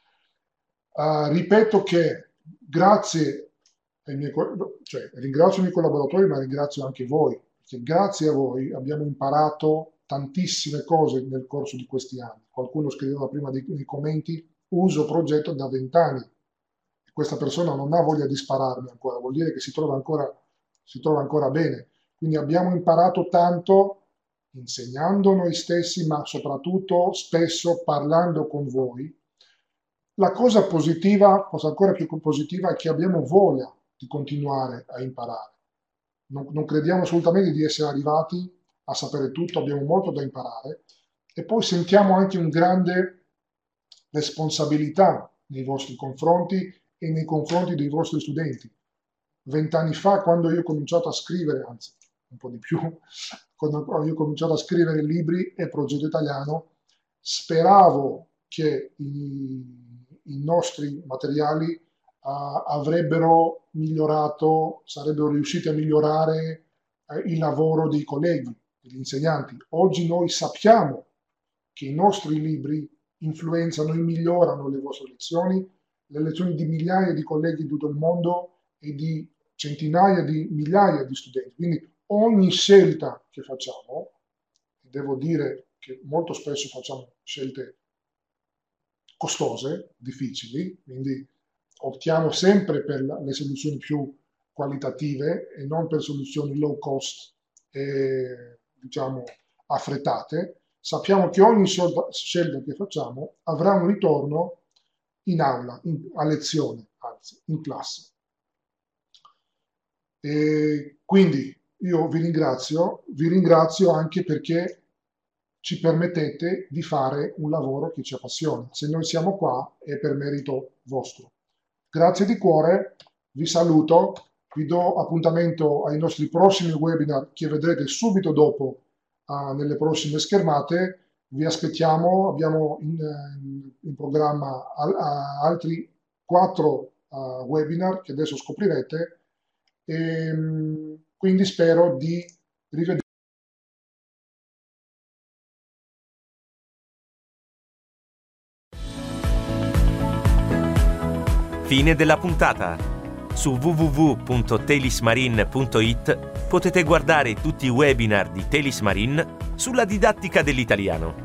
Uh, ripeto che grazie ai miei, cioè, ringrazio i miei collaboratori, ma ringrazio anche voi, perché grazie a voi abbiamo imparato tantissime cose nel corso di questi anni. Qualcuno scriveva prima nei, nei commenti, uso progetto da vent'anni. Questa persona non ha voglia di spararmi ancora, vuol dire che si trova ancora, si trova ancora bene. Quindi abbiamo imparato tanto insegnando noi stessi, ma soprattutto spesso parlando con voi. La cosa positiva, cosa ancora più positiva, è che abbiamo voglia di continuare a imparare. Non, non crediamo assolutamente di essere arrivati a sapere tutto, abbiamo molto da imparare e poi sentiamo anche una grande responsabilità nei vostri confronti e nei confronti dei vostri studenti. Vent'anni fa, quando io ho cominciato a scrivere, anzi un po' di più, quando io ho cominciato a scrivere libri e progetto italiano, speravo che i, i nostri materiali uh, avrebbero migliorato, sarebbero riusciti a migliorare uh, il lavoro dei colleghi, degli insegnanti. Oggi noi sappiamo che i nostri libri influenzano e migliorano le vostre lezioni, le lezioni di migliaia di colleghi di tutto il mondo e di centinaia di migliaia di studenti. Quindi ogni scelta che facciamo, devo dire che molto spesso facciamo scelte costose, difficili, quindi optiamo sempre per le soluzioni più qualitative e non per soluzioni low cost e, diciamo, affrettate. Sappiamo che ogni scelta che facciamo avrà un ritorno in aula, in, a lezione, anzi, in classe. E quindi io vi ringrazio, vi ringrazio anche perché ci permettete di fare un lavoro che ci appassiona. Se noi siamo qua è per merito vostro. Grazie di cuore, vi saluto, vi do appuntamento ai nostri prossimi webinar che vedrete subito dopo uh, nelle prossime schermate. Vi aspettiamo, abbiamo in, in, in programma al, a, altri quattro uh, webinar che adesso scoprirete e um, quindi spero di rivedere. Fine della puntata. Su w w w punto telismarine punto it potete guardare tutti i webinar di Telis Marine sulla didattica dell'italiano.